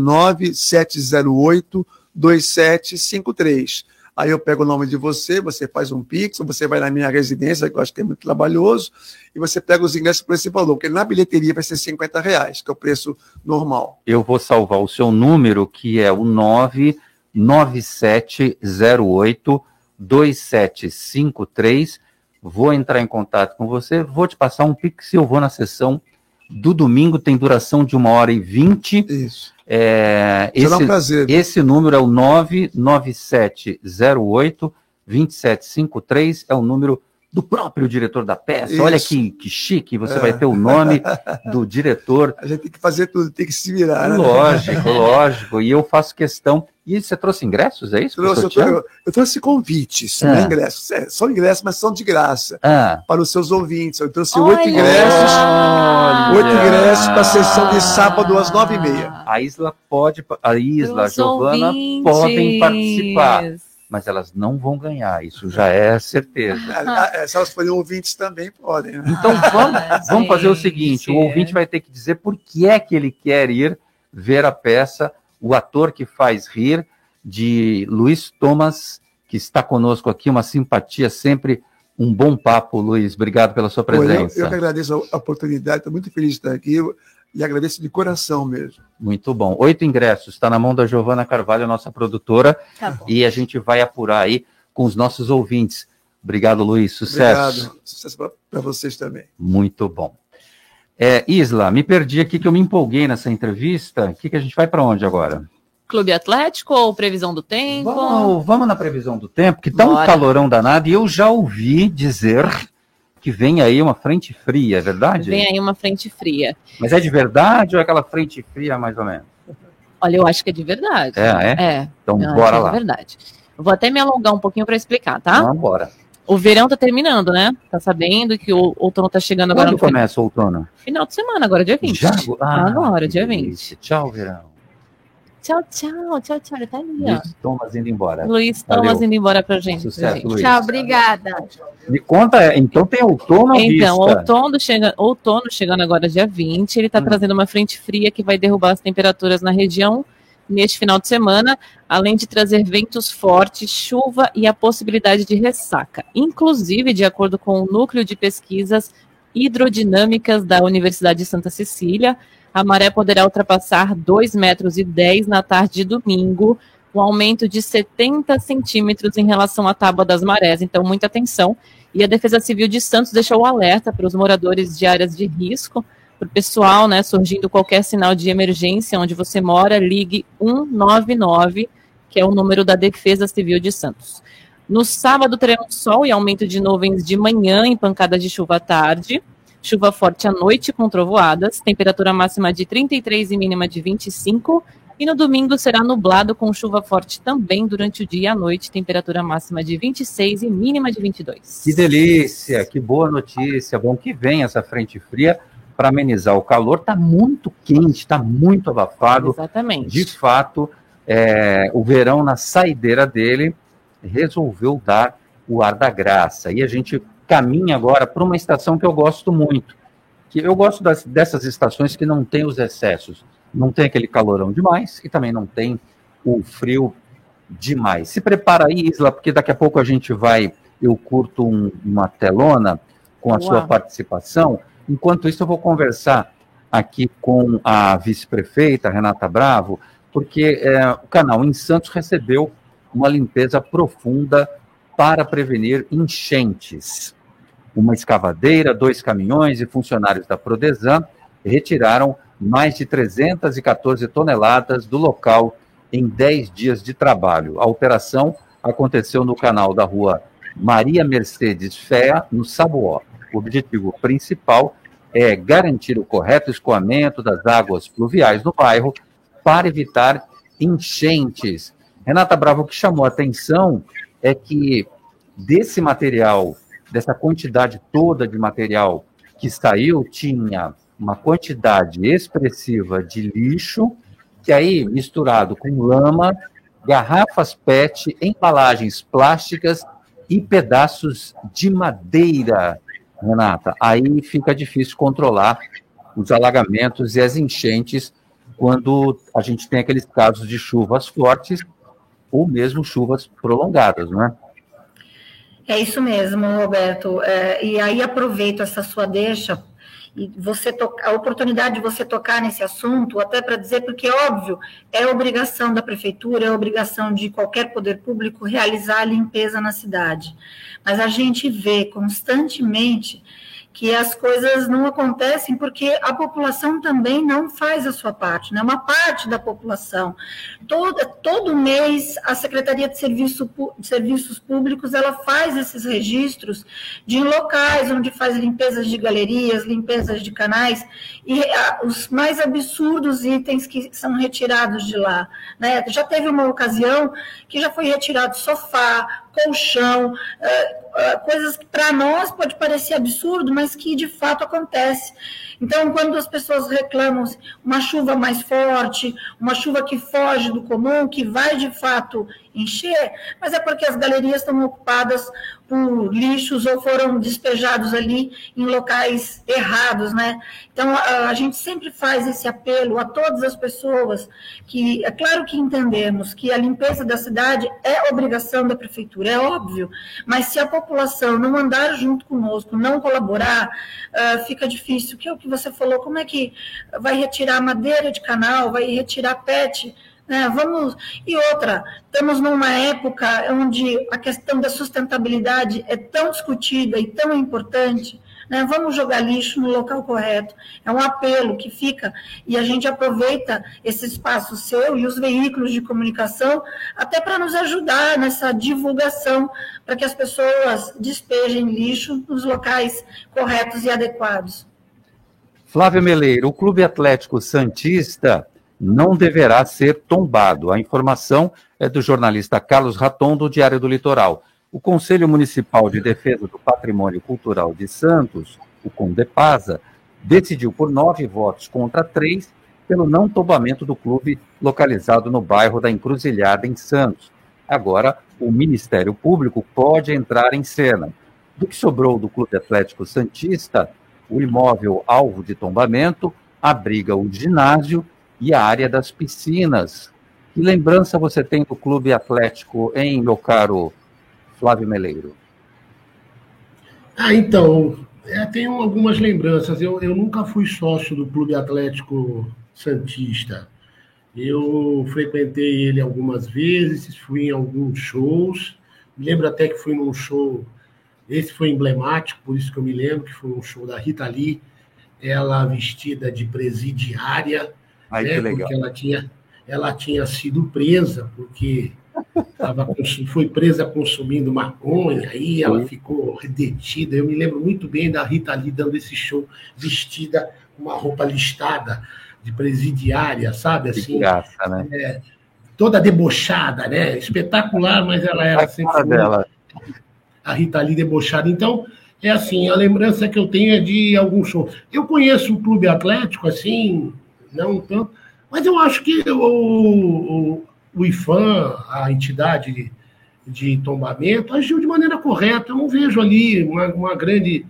99708-2753. Aí eu pego o nome de você faz um Pix, você vai na minha residência, que eu acho que é muito trabalhoso, e você pega os ingressos por esse valor, porque na bilheteria vai ser R$50, que é o preço normal. Eu vou salvar o seu número, que é o 99708-2753, vou entrar em contato com você, vou te passar um Pix e eu vou na sessão do domingo, tem duração de 1h20. Isso. Será um prazer. Esse número é o 99708-2753, é o número do próprio diretor da peça. Isso. Olha que chique, você vai ter o nome do diretor. A gente tem que fazer tudo, tem que se virar. Né? Lógico. E eu faço questão. E você trouxe ingressos, é isso? Eu trouxe convites, não é ingressos. São ingressos, mas são de graça. Para os seus ouvintes. Eu trouxe 8 ingressos. 8 ingressos para a sessão de sábado às 9h30. A Isla, a Giovana podem participar. Mas elas não vão ganhar, isso já é certeza. Se elas forem ouvintes também podem. Né? Então vamos fazer o seguinte, o ouvinte vai ter que dizer por que é que ele quer ir ver a peça, o ator que faz rir, de Luiz Thomas, que está conosco aqui, uma simpatia, sempre um bom papo, Luiz. Obrigado pela sua presença. Eu que agradeço a oportunidade, estou muito feliz de estar aqui. E agradeço de coração mesmo. Muito bom. 8 ingressos, está na mão da Giovana Carvalho, nossa produtora, e a gente vai apurar aí com os nossos ouvintes. Obrigado, Luiz. Sucesso. Obrigado. Sucesso para vocês também. Muito bom. Isla, me perdi aqui que eu me empolguei nessa entrevista. O que a gente vai para onde agora? Clube Atlético ou previsão do tempo? Vamos na previsão do tempo, que está um calorão danado, e eu já ouvi dizer que vem aí uma frente fria, é verdade? Vem aí uma frente fria. Mas é de verdade ou é aquela frente fria mais ou menos? Olha, eu acho que é de verdade. Então, bora lá. É de verdade. Eu vou até me alongar um pouquinho para explicar, tá? Vamos embora. O verão tá terminando, né? Tá sabendo que o outono tá chegando agora. Quando começa o outono? Final de semana, agora dia 20. Agora, dia 20. Tchau, verão. Tchau. Ele tá ali, ó. Luiz Thomas indo embora. Luiz Thomas indo embora pra gente. Sucesso, Luiz. Tchau, obrigada. Me conta, então tem outono à vista. Então, outono chegando agora dia 20, ele tá trazendo uma frente fria que vai derrubar as temperaturas na região neste final de semana, além de trazer ventos fortes, chuva e a possibilidade de ressaca. Inclusive, de acordo com o Núcleo de Pesquisas Hidrodinâmicas da Universidade de Santa Cecília, a maré poderá ultrapassar 2,10 metros na tarde de domingo, um aumento de 70 centímetros em relação à tábua das marés. Então, muita atenção. E a Defesa Civil de Santos deixou o alerta para os moradores de áreas de risco, para o pessoal, né, surgindo qualquer sinal de emergência onde você mora, ligue 199, que é o número da Defesa Civil de Santos. No sábado, teremos sol e aumento de nuvens de manhã e pancadas de chuva à tarde. Chuva forte à noite com trovoadas, temperatura máxima de 33 e mínima de 25. E no domingo será nublado com chuva forte também durante o dia e a noite, temperatura máxima de 26 e mínima de 22. Que delícia, que boa notícia. Bom que vem essa frente fria para amenizar o calor. Está muito quente, está muito abafado. Exatamente. De fato, o verão na saideira dele resolveu dar o ar da graça. E a gente caminha agora para uma estação que eu gosto muito. Que eu gosto dessas estações que não tem os excessos. Não tem aquele calorão demais e também não tem o frio demais. Se prepara aí, Isla, porque daqui a pouco a gente eu curto uma telona com a sua participação. Enquanto isso, eu vou conversar aqui com a vice-prefeita, Renata Bravo, porque o canal em Santos recebeu uma limpeza profunda para prevenir enchentes. Uma escavadeira, 2 caminhões e funcionários da Prodesan retiraram mais de 314 toneladas do local em 10 dias de trabalho. A operação aconteceu no canal da rua Maria Mercedes Fea, no Sabuó. O objetivo principal é garantir o correto escoamento das águas pluviais no bairro para evitar enchentes. Renata Bravo, o que chamou a atenção é que desse material, dessa quantidade toda de material que saiu, tinha uma quantidade expressiva de lixo, que aí, misturado com lama, garrafas PET, embalagens plásticas e pedaços de madeira, Renata. Aí fica difícil controlar os alagamentos e as enchentes quando a gente tem aqueles casos de chuvas fortes ou mesmo chuvas prolongadas, não é? É isso mesmo, Roberto. E aí aproveito essa sua deixa e a oportunidade de você tocar nesse assunto, até para dizer, porque é óbvio, é obrigação da prefeitura, é obrigação de qualquer poder público realizar a limpeza na cidade. Mas a gente vê constantemente que as coisas não acontecem porque a população também não faz a sua parte, né? Uma parte da população. Todo mês, a Secretaria de Serviços Públicos, ela faz esses registros de locais onde faz limpezas de galerias, limpezas de canais, e os mais absurdos itens que são retirados de lá, né? Já teve uma ocasião que já foi retirado sofá, colchão, coisas que para nós pode parecer absurdo, mas que de fato acontece. Então, quando as pessoas reclamam uma chuva mais forte, uma chuva que foge do comum, que vai de fato encher, mas é porque as galerias estão ocupadas por lixos ou foram despejados ali em locais errados, né? Então, a gente sempre faz esse apelo a todas as pessoas que, é claro que entendemos que a limpeza da cidade é obrigação da prefeitura, é óbvio, mas se a população não andar junto conosco, não colaborar, fica difícil, que é o que você falou, como é que vai retirar madeira de canal, vai retirar PET, e outra, estamos numa época onde a questão da sustentabilidade é tão discutida e tão importante, né? Vamos jogar lixo no local correto. É um apelo que fica, e a gente aproveita esse espaço seu e os veículos de comunicação até para nos ajudar nessa divulgação, para que as pessoas despejem lixo nos locais corretos e adequados. Flávio Meleiro, o Clube Atlético Santista não deverá ser tombado. A informação é do jornalista Carlos Raton, do Diário do Litoral. O Conselho Municipal de Defesa do Patrimônio Cultural de Santos, o CONDEPASA, decidiu por 9 votos contra 3 pelo não tombamento do clube localizado no bairro da Encruzilhada, em Santos. Agora, o Ministério Público pode entrar em cena. Do que sobrou do Clube Atlético Santista, o imóvel alvo de tombamento abriga o ginásio e a área das piscinas. Que lembrança você tem do Clube Atlético, hein, meu caro Flávio Meleiro? Então, tenho algumas lembranças. Eu nunca fui sócio do Clube Atlético Santista. Eu frequentei ele algumas vezes, fui em alguns shows. Me lembro até que fui num show, esse foi emblemático, por isso que eu me lembro, que foi um show da Rita Lee, ela vestida de presidiária, Ai, que legal. Porque ela tinha sido presa, porque foi presa consumindo maconha, aí ela ficou detida. Eu me lembro muito bem da Rita Lee dando esse show, vestida com uma roupa listada de presidiária, sabe? Assim, graça, né? Toda debochada, né? Espetacular, mas ela era sempre dela. A Rita Lee debochada. Então, é assim, a lembrança que eu tenho é de algum show. Eu conheço o Clube Atlético, assim, não tanto, mas eu acho que o IFAM, a entidade de tombamento, agiu de maneira correta. Eu não vejo ali uma grande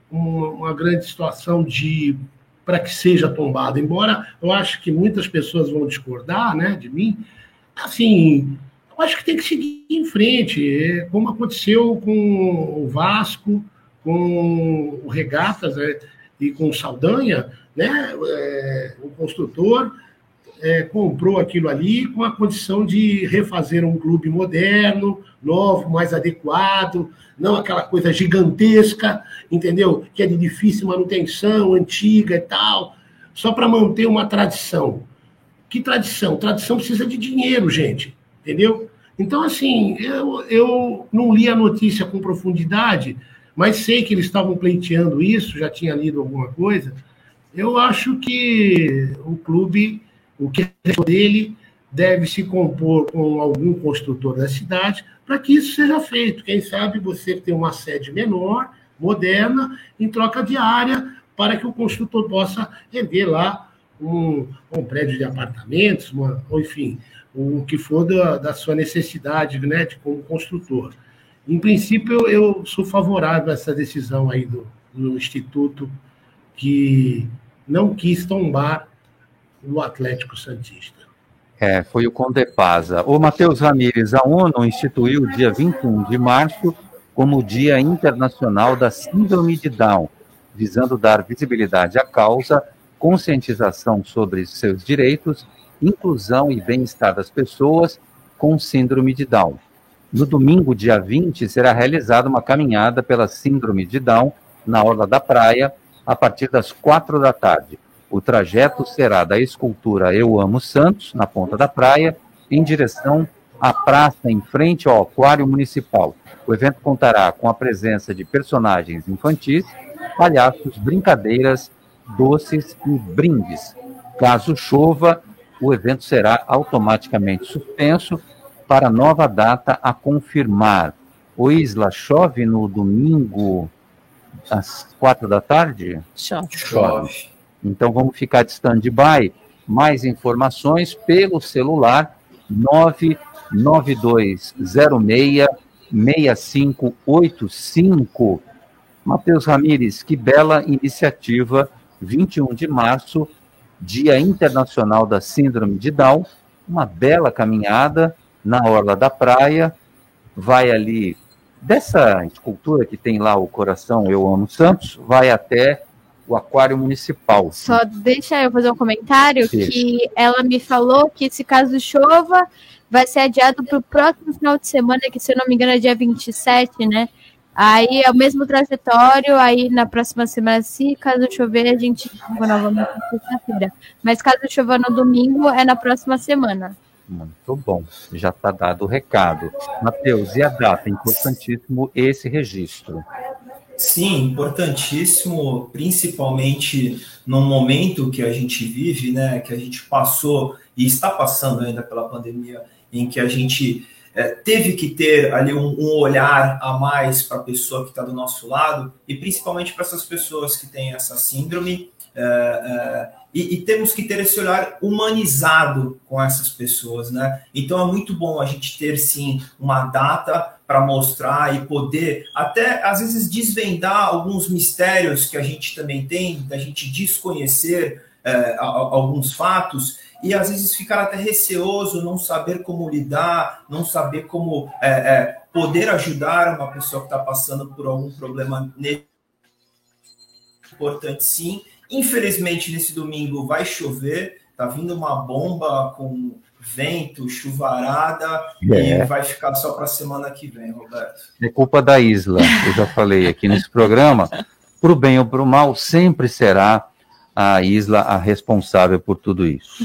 situação para que seja tombado, embora eu acho que muitas pessoas vão discordar, né, de mim. Assim, eu acho que tem que seguir em frente, como aconteceu com o Vasco, com o Regatas, né, e com o Saldanha, né, o construtor comprou aquilo ali com a condição de refazer um clube moderno, novo, mais adequado, não aquela coisa gigantesca, entendeu? Que é de difícil manutenção, antiga e tal, só para manter uma tradição. Que tradição? Tradição precisa de dinheiro, gente, entendeu? Então, assim, eu não li a notícia com profundidade, mas sei que eles estavam pleiteando isso, já tinha lido alguma coisa. Eu acho que o clube, o que é dele, deve se compor com algum construtor da cidade para que isso seja feito. Quem sabe você tem uma sede menor, moderna, em troca de área, para que o construtor possa erguer lá um prédio de apartamentos, ou enfim, o que for da sua necessidade, né, como construtor. Em princípio, eu sou favorável a essa decisão aí do Instituto, que não quis tombar o Atlético Santista. Foi o CONDEPASA. O Matheus Ramírez, a ONU instituiu o dia 21 de março como o Dia Internacional da Síndrome de Down. visando dar visibilidade à causa, conscientização sobre seus direitos, inclusão e bem-estar das pessoas com síndrome de Down. No domingo, dia 20, será realizada uma caminhada pela síndrome de Down na Orla da Praia, a partir das 4 da tarde. O trajeto será da escultura Eu Amo Santos, na ponta da praia, em direção à praça em frente ao Aquário Municipal. O evento contará com a presença de personagens infantis, palhaços, brincadeiras, doces e brindes. Caso chova, o evento será automaticamente suspenso para nova data a confirmar. O Isla, chove no domingo às 4 da tarde? Chove. Então vamos ficar de stand-by. Mais informações pelo celular 99206-6585. Matheus Ramires, que bela iniciativa. 21 de março, Dia Internacional da Síndrome de Down. Uma bela caminhada na Orla da Praia. Vai ali, dessa escultura que tem lá o coração Eu Amo Santos, vai até o Aquário Municipal. Só deixa eu fazer um comentário, que ela me falou que se caso chova, vai ser adiado para o próximo final de semana, que se eu não me engano é dia 27, né? Aí é o mesmo trajetório, aí na próxima semana, se caso chover, a gente divulga novamente na sexta-feira. Mas caso chover no domingo, é na próxima semana. Muito bom, já está dado o recado. Matheus, e a data? Importantíssimo esse registro. Sim, importantíssimo, principalmente no momento que a gente vive, né, que a gente passou e está passando ainda pela pandemia, em que a gente teve que ter ali um olhar a mais para a pessoa que está do nosso lado, e principalmente para essas pessoas que têm essa síndrome, e temos que ter esse olhar humanizado com essas pessoas, né? Então é muito bom a gente ter, sim, uma data para mostrar e poder até, às vezes, desvendar alguns mistérios que a gente também tem, da gente desconhecer alguns fatos, e às vezes ficar até receoso, não saber como lidar, não saber como poder ajudar uma pessoa que está passando por algum problema. Importante, sim. Infelizmente, nesse domingo vai chover, tá vindo uma bomba com vento, chuvarada, e vai ficar só para a semana que vem, Roberto. É culpa da Isla, eu já falei aqui nesse programa, para o bem ou para o mal, sempre será a Isla a responsável por tudo isso.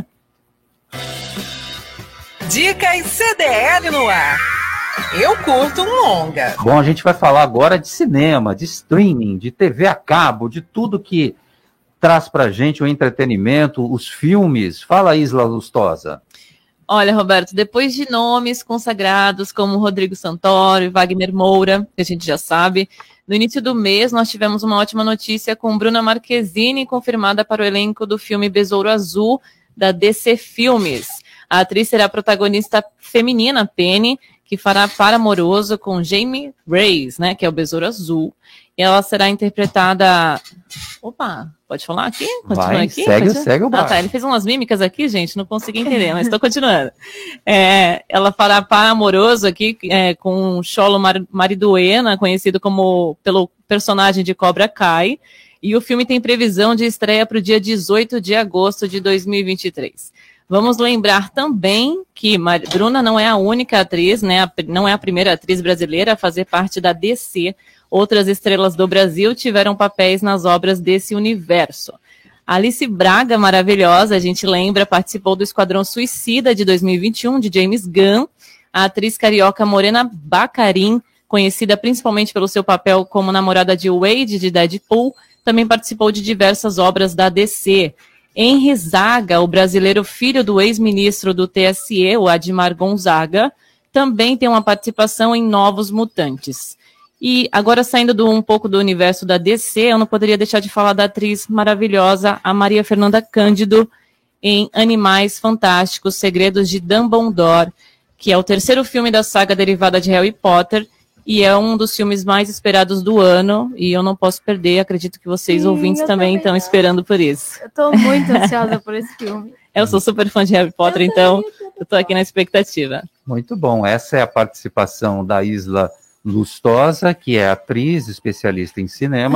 Dicas CDL no ar. Eu curto um longa. Bom, a gente vai falar agora de cinema, de streaming, de TV a cabo, de tudo que traz pra gente o entretenimento, os filmes. Fala, Isla Lustosa. Olha, Roberto, depois de nomes consagrados como Rodrigo Santoro e Wagner Moura, que a gente já sabe, no início do mês nós tivemos uma ótima notícia com Bruna Marquezine confirmada para o elenco do filme Besouro Azul, da DC Filmes. A atriz será a protagonista feminina, Penny, que fará par amoroso com Jamie Reyes, né, que é o Besouro Azul. E ela será interpretada... Opa, pode falar aqui? Continua aqui? Segue o barco. Tá, ele fez umas mímicas aqui, gente, não consegui entender, mas estou continuando. Ela fará par amoroso aqui com Cholo Mariduena, conhecido pelo personagem de Cobra Kai, e o filme tem previsão de estreia para o dia 18 de agosto de 2023. Vamos lembrar também que Bruna não é a única atriz, né? Não é a primeira atriz brasileira a fazer parte da DC. Outras estrelas do Brasil tiveram papéis nas obras desse universo. Alice Braga, maravilhosa, a gente lembra, participou do Esquadrão Suicida de 2021, de James Gunn. A atriz carioca Morena Baccarin, conhecida principalmente pelo seu papel como namorada de Wade, de Deadpool, também participou de diversas obras da DC. Henry Zaga, o brasileiro filho do ex-ministro do TSE, o Admar Gonzaga, também tem uma participação em Novos Mutantes. E agora, saindo um pouco do universo da DC, eu não poderia deixar de falar da atriz maravilhosa, a Maria Fernanda Cândido, em Animais Fantásticos, Segredos de Dumbledore, que é o terceiro filme da saga derivada de Harry Potter, e é um dos filmes mais esperados do ano, e eu não posso perder, acredito que vocês, ouvintes, também estão esperando por isso. Eu estou muito ansiosa por esse filme. Eu sou super fã de Harry Potter, então eu estou aqui na expectativa. Muito bom, essa é a participação da Isla Lustosa, que é atriz, especialista em cinema,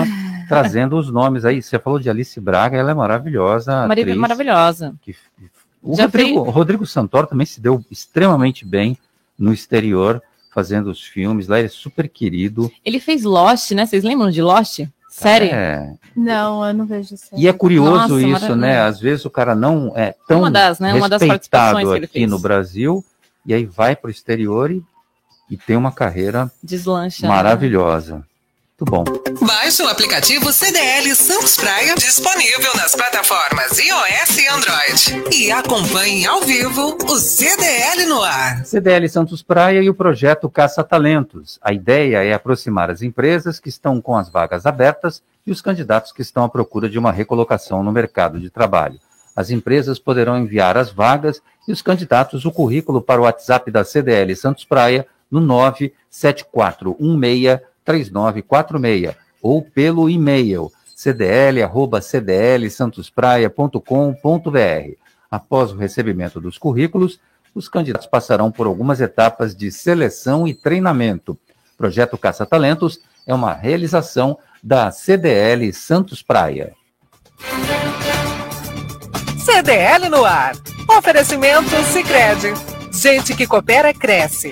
trazendo os nomes aí. Você falou de Alice Braga, ela é maravilhosa. Maravilhosa. O Rodrigo Santoro também se deu extremamente bem no exterior, fazendo os filmes lá, ele é super querido. Ele fez Lost, né? Vocês lembram de Lost? Série? Não, eu não vejo série. E é curioso isso, né? Às vezes o cara não é tão uma das participações que ele aqui fez no Brasil, e aí vai para o exterior e tem uma carreira maravilhosa. Muito bom. Baixe o aplicativo CDL Santos Praia, disponível nas plataformas iOS e Android. E acompanhe ao vivo o CDL no ar. CDL Santos Praia e o projeto Caça Talentos. A ideia é aproximar as empresas que estão com as vagas abertas e os candidatos que estão à procura de uma recolocação no mercado de trabalho. As empresas poderão enviar as vagas e os candidatos o currículo para o WhatsApp da CDL Santos Praia no 974163946 ou pelo e-mail cdl@cdlsantospraia.com.br. Após o recebimento dos currículos, os candidatos passarão por algumas etapas de seleção e treinamento. O projeto Caça Talentos é uma realização da CDL Santos Praia. CDL no ar. Oferecimento Sicredi. Gente que coopera, cresce.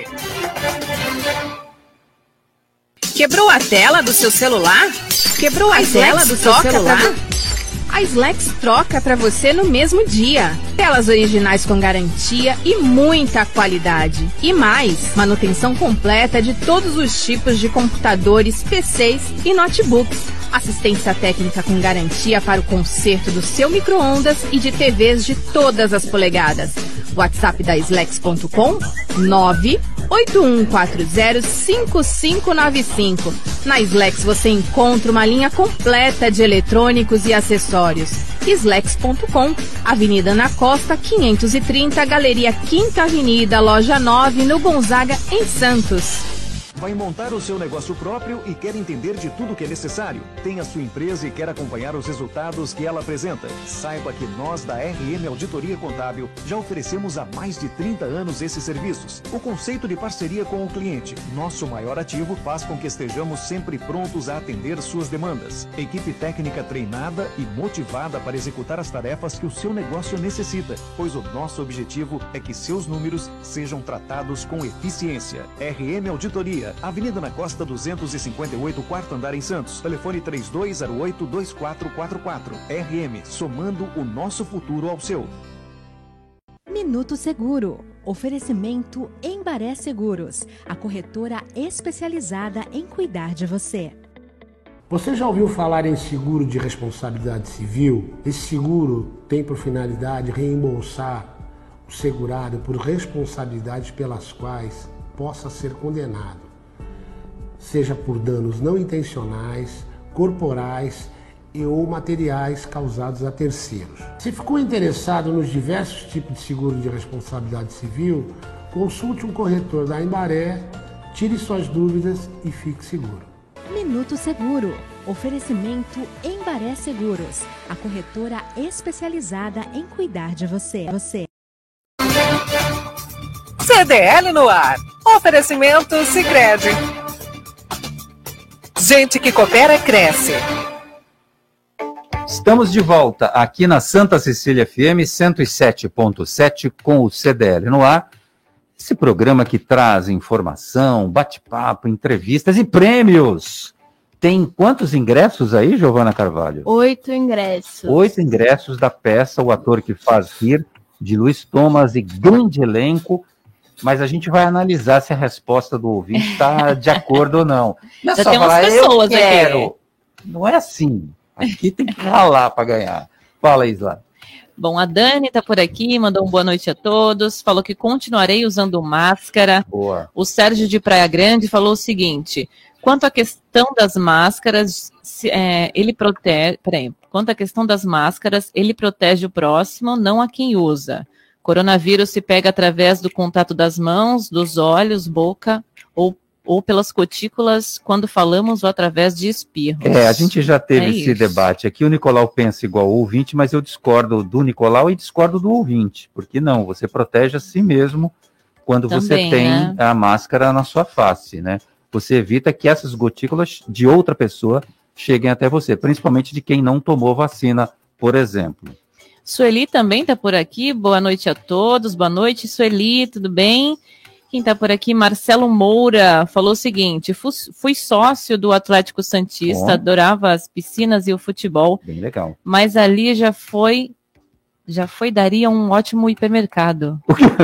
Quebrou a tela do seu celular? Quebrou a tela do seu celular? A Slex troca para você no mesmo dia. Telas originais com garantia e muita qualidade. E mais, manutenção completa de todos os tipos de computadores, PCs e notebooks. Assistência técnica com garantia para o conserto do seu micro-ondas e de TVs de todas as polegadas. WhatsApp da Slex.com 981405595. Na Slex você encontra uma linha completa de eletrônicos e acessórios. Slex.com, Avenida Ana Costa, 530, Galeria 5ª Avenida, Loja 9, no Gonzaga, em Santos. Vai montar o seu negócio próprio e quer entender de tudo que é necessário? Tem a sua empresa e quer acompanhar os resultados que ela apresenta? Saiba que nós da RM Auditoria Contábil já oferecemos há mais de 30 anos esses serviços. O conceito de parceria com o cliente, nosso maior ativo, faz com que estejamos sempre prontos a atender suas demandas. Equipe técnica treinada e motivada para executar as tarefas que o seu negócio necessita, pois o nosso objetivo é que seus números sejam tratados com eficiência. RM Auditoria, Avenida Ana Costa 258, quarto andar em Santos. Telefone 3208-2444. RM, somando o nosso futuro ao seu. Minuto Seguro. Oferecimento Embaré Seguros, a corretora especializada em cuidar de você. Você já ouviu falar em seguro de responsabilidade civil? Esse seguro tem por finalidade reembolsar o segurado por responsabilidades pelas quais possa ser condenado, seja por danos não intencionais, corporais ou materiais causados a terceiros. Se ficou interessado nos diversos tipos de seguro de responsabilidade civil, consulte um corretor da Embaré, tire suas dúvidas e fique seguro. Minuto Seguro. Oferecimento Embaré Seguros, a corretora especializada em cuidar de você. CDL no ar. Oferecimento Sicredi. Gente que coopera, cresce. Estamos de volta aqui na Santa Cecília FM 107.7 com o CDL no ar. Esse programa que traz informação, bate-papo, entrevistas e prêmios. Tem quantos ingressos aí, Giovana Carvalho? 8 ingressos. 8 ingressos da peça O Ator que Faz Rir, de Luiz Thomas, e grande elenco. Mas a gente vai analisar se a resposta do ouvinte está de acordo ou não. Não é já só tem falar, umas pessoas eu quero. aqui. Não é assim. Aqui tem que ralar para ganhar. Fala, Isla. Bom, a Dani está por aqui, mandou uma boa noite a todos, falou que continuarei usando máscara. Boa. O Sérgio de Praia Grande falou o seguinte: quanto à questão das máscaras, quanto à questão das máscaras, ele protege o próximo, não a quem usa. Coronavírus se pega através do contato das mãos, dos olhos, boca ou pelas cutículas quando falamos ou através de espirros. A gente já teve esse debate aqui. O Nicolau pensa igual o ouvinte, mas eu discordo do Nicolau e discordo do ouvinte. Porque não, você protege a si mesmo quando também, você tem a máscara na sua face, né? Você evita que essas gotículas de outra pessoa cheguem até você, principalmente de quem não tomou vacina, por exemplo. Sueli também está por aqui, boa noite a todos, boa noite, Sueli, tudo bem? Quem está por aqui, Marcelo Moura, falou o seguinte, fui sócio do Atlético Santista, adorava as piscinas e o futebol. Bem legal. Mas ali já foi daria um ótimo hipermercado.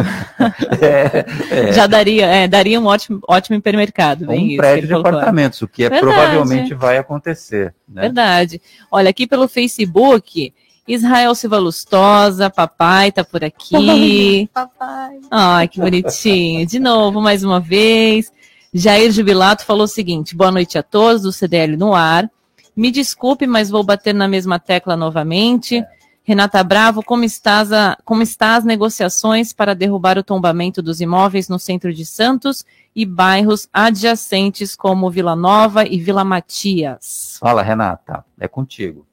Já daria um ótimo hipermercado. Um prédio de apartamentos, o que provavelmente vai acontecer. Né? Verdade. Olha, aqui pelo Facebook, Israel Silva Lustosa, papai tá por aqui. Papai. Ai, que bonitinho. De novo, mais uma vez. Jair Jubilato falou o seguinte, boa noite a todos do CDL no ar. Me desculpe, mas vou bater na mesma tecla novamente. Renata Bravo, como está as negociações para derrubar o tombamento dos imóveis no centro de Santos e bairros adjacentes como Vila Nova e Vila Matias? Fala, Renata, é contigo.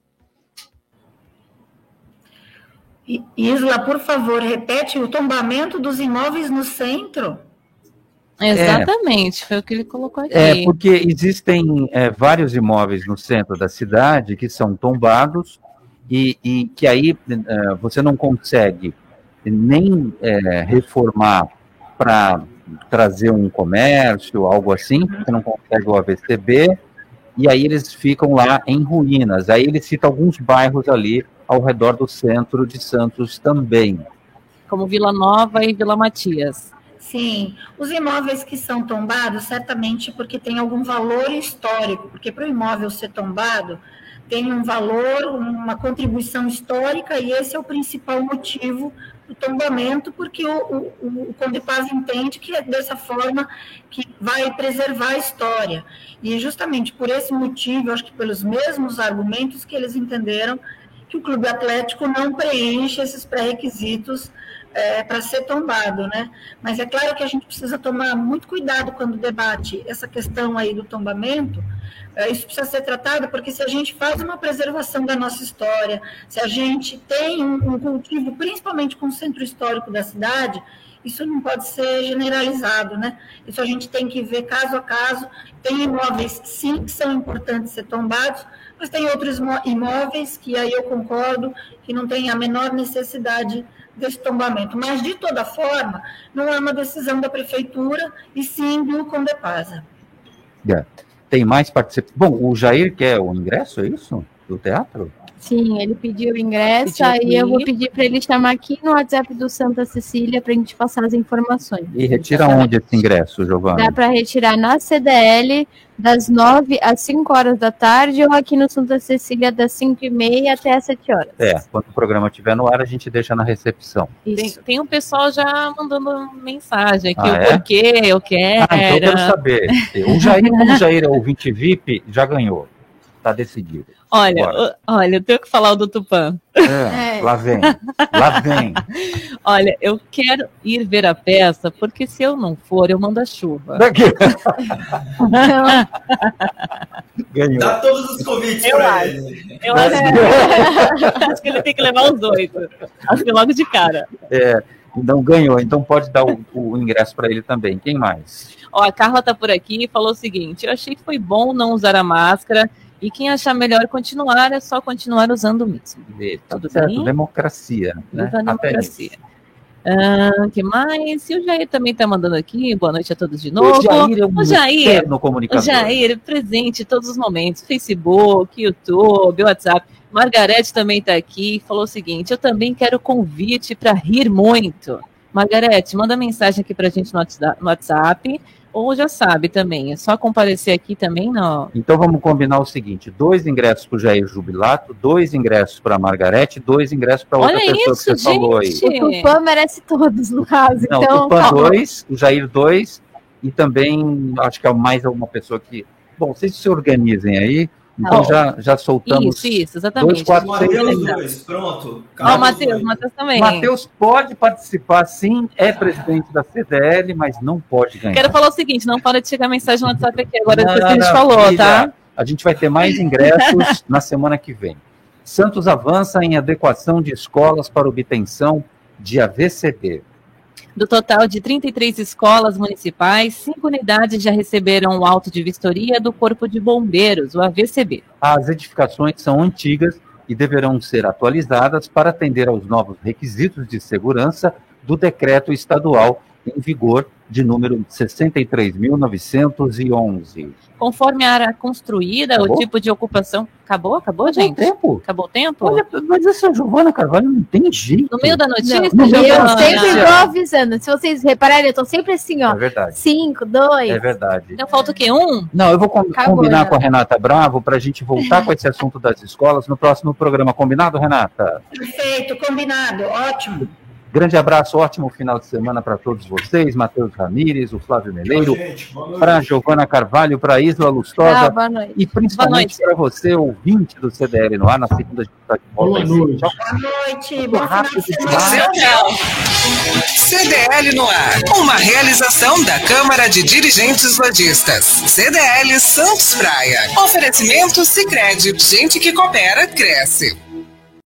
Isla, por favor, repete o tombamento dos imóveis no centro. Exatamente, foi o que ele colocou aqui. Porque existem vários imóveis no centro da cidade que são tombados e que aí você não consegue nem reformar para trazer um comércio, algo assim, você não consegue o AVCB, e aí eles ficam lá em ruínas. Aí ele cita alguns bairros ali ao redor do centro de Santos também. Como Vila Nova e Vila Matias. Sim, os imóveis que são tombados, certamente porque tem algum valor histórico, porque para o imóvel ser tombado, tem um valor, uma contribuição histórica, e esse é o principal motivo do tombamento, porque o Condepaz entende que é dessa forma que vai preservar a história. E justamente por esse motivo, acho que pelos mesmos argumentos que eles entenderam que o Clube Atlético não preenche esses pré-requisitos para ser tombado, né? Mas é claro que a gente precisa tomar muito cuidado quando debate essa questão aí do tombamento. Isso precisa ser tratado, porque se a gente faz uma preservação da nossa história, se a gente tem um cultivo, principalmente com o centro histórico da cidade, isso não pode ser generalizado, né? Isso a gente tem que ver caso a caso. Tem imóveis, sim, que são importantes ser tombados, mas tem outros imóveis que aí eu concordo que não tem a menor necessidade desse tombamento. Mas, de toda forma, não é uma decisão da prefeitura, e sim do Condepasa. Tem mais participantes? Bom, o Jair quer o ingresso, é isso? Do teatro? Sim, ele pediu o ingresso, aí eu vou pedir para ele chamar aqui no WhatsApp do Santa Cecília para a gente passar as informações. E retira onde esse ingresso, Giovana? Dá para retirar na CDL das 9 às 5 horas da tarde ou aqui no Santa Cecília das 5h30 até às 7 horas. Quando o programa estiver no ar, a gente deixa na recepção. Tem um pessoal já mandando mensagem aqui, o porquê, eu quero. Então eu quero saber. O Jair, como o Jair é ouvinte VIP, já ganhou. Está decidido. Olha, eu tenho que falar o do Tupã. Lá vem. Olha, eu quero ir ver a peça, porque se eu não for, eu mando a chuva. Ganhou. Dá todos os convites para ele. Eu acho que ele tem que levar os 8. Acho que logo de cara. Então ganhou. Então pode dar o ingresso para ele também. Quem mais? A Carla tá por aqui e falou o seguinte, eu achei que foi bom não usar a máscara, e quem achar melhor continuar, é só continuar usando mesmo. Tudo bem? Democracia. Né? Democracia. Que mais? E o Jair também está mandando aqui. Boa noite a todos de novo. O Jair é comunicador. O Jair, presente em todos os momentos. Facebook, YouTube, WhatsApp. Margarete também está aqui. Falou o seguinte, eu também quero convite para rir muito. Margarete, manda mensagem aqui para a gente no WhatsApp. Ou já sabe também, é só comparecer aqui também, não. Então vamos combinar o seguinte, 2 ingressos para o Jair Jubilato, 2 ingressos para a Margarete, 2 ingressos para outra pessoa que você falou aí. O Tupã merece todos, no caso. Não, então, o Tupã 2, o Jair 2, e também, acho que é mais alguma pessoa que... Bom, vocês se organizem aí, então já soltamos... Isso, exatamente. 2, 4, 6, Mateus 2, pronto. O Matheus também. Matheus pode participar, sim, é presidente da CDL, mas não pode ganhar. Quero falar o seguinte, não para de chegar mensagem no WhatsApp aqui agora, depois que a gente falou, tá? A gente vai ter mais ingressos na semana que vem. Santos avança em adequação de escolas para obtenção de AVCB. Do total de 33 escolas municipais, 5 unidades já receberam o auto de vistoria do Corpo de Bombeiros, o AVCB. As edificações são antigas e deverão ser atualizadas para atender aos novos requisitos de segurança do decreto estadual em vigor de número 63.911. Conforme a área construída, Acabou? o tipo de ocupação... Acabou, gente? Acabou o tempo? Olha, mas essa Giovana Carvalho não tem jeito. No meio da notícia, Não, Eu sempre vou avisando. Se vocês repararem, eu tô sempre assim, ó. É verdade. 5, 2. É verdade. Então falta o quê? 1? Não, eu vou combinar já. com a Renata Bravo para a gente voltar com esse assunto das escolas no próximo programa. Combinado, Renata? Perfeito, combinado, ótimo. Grande abraço, ótimo final de semana para todos vocês, Matheus Ramires, o Flávio Meleiro, para a Giovana Carvalho, para a Isla Lustosa Boa noite. e principalmente para você, ouvinte do CDL no ar, na segunda a gente está de volta. Boa noite, bom final de semana. Tchau. CDL no ar, uma realização da Câmara de Dirigentes Lojistas. CDL Santos Praia. Oferecimento Sicredi, gente que coopera, cresce.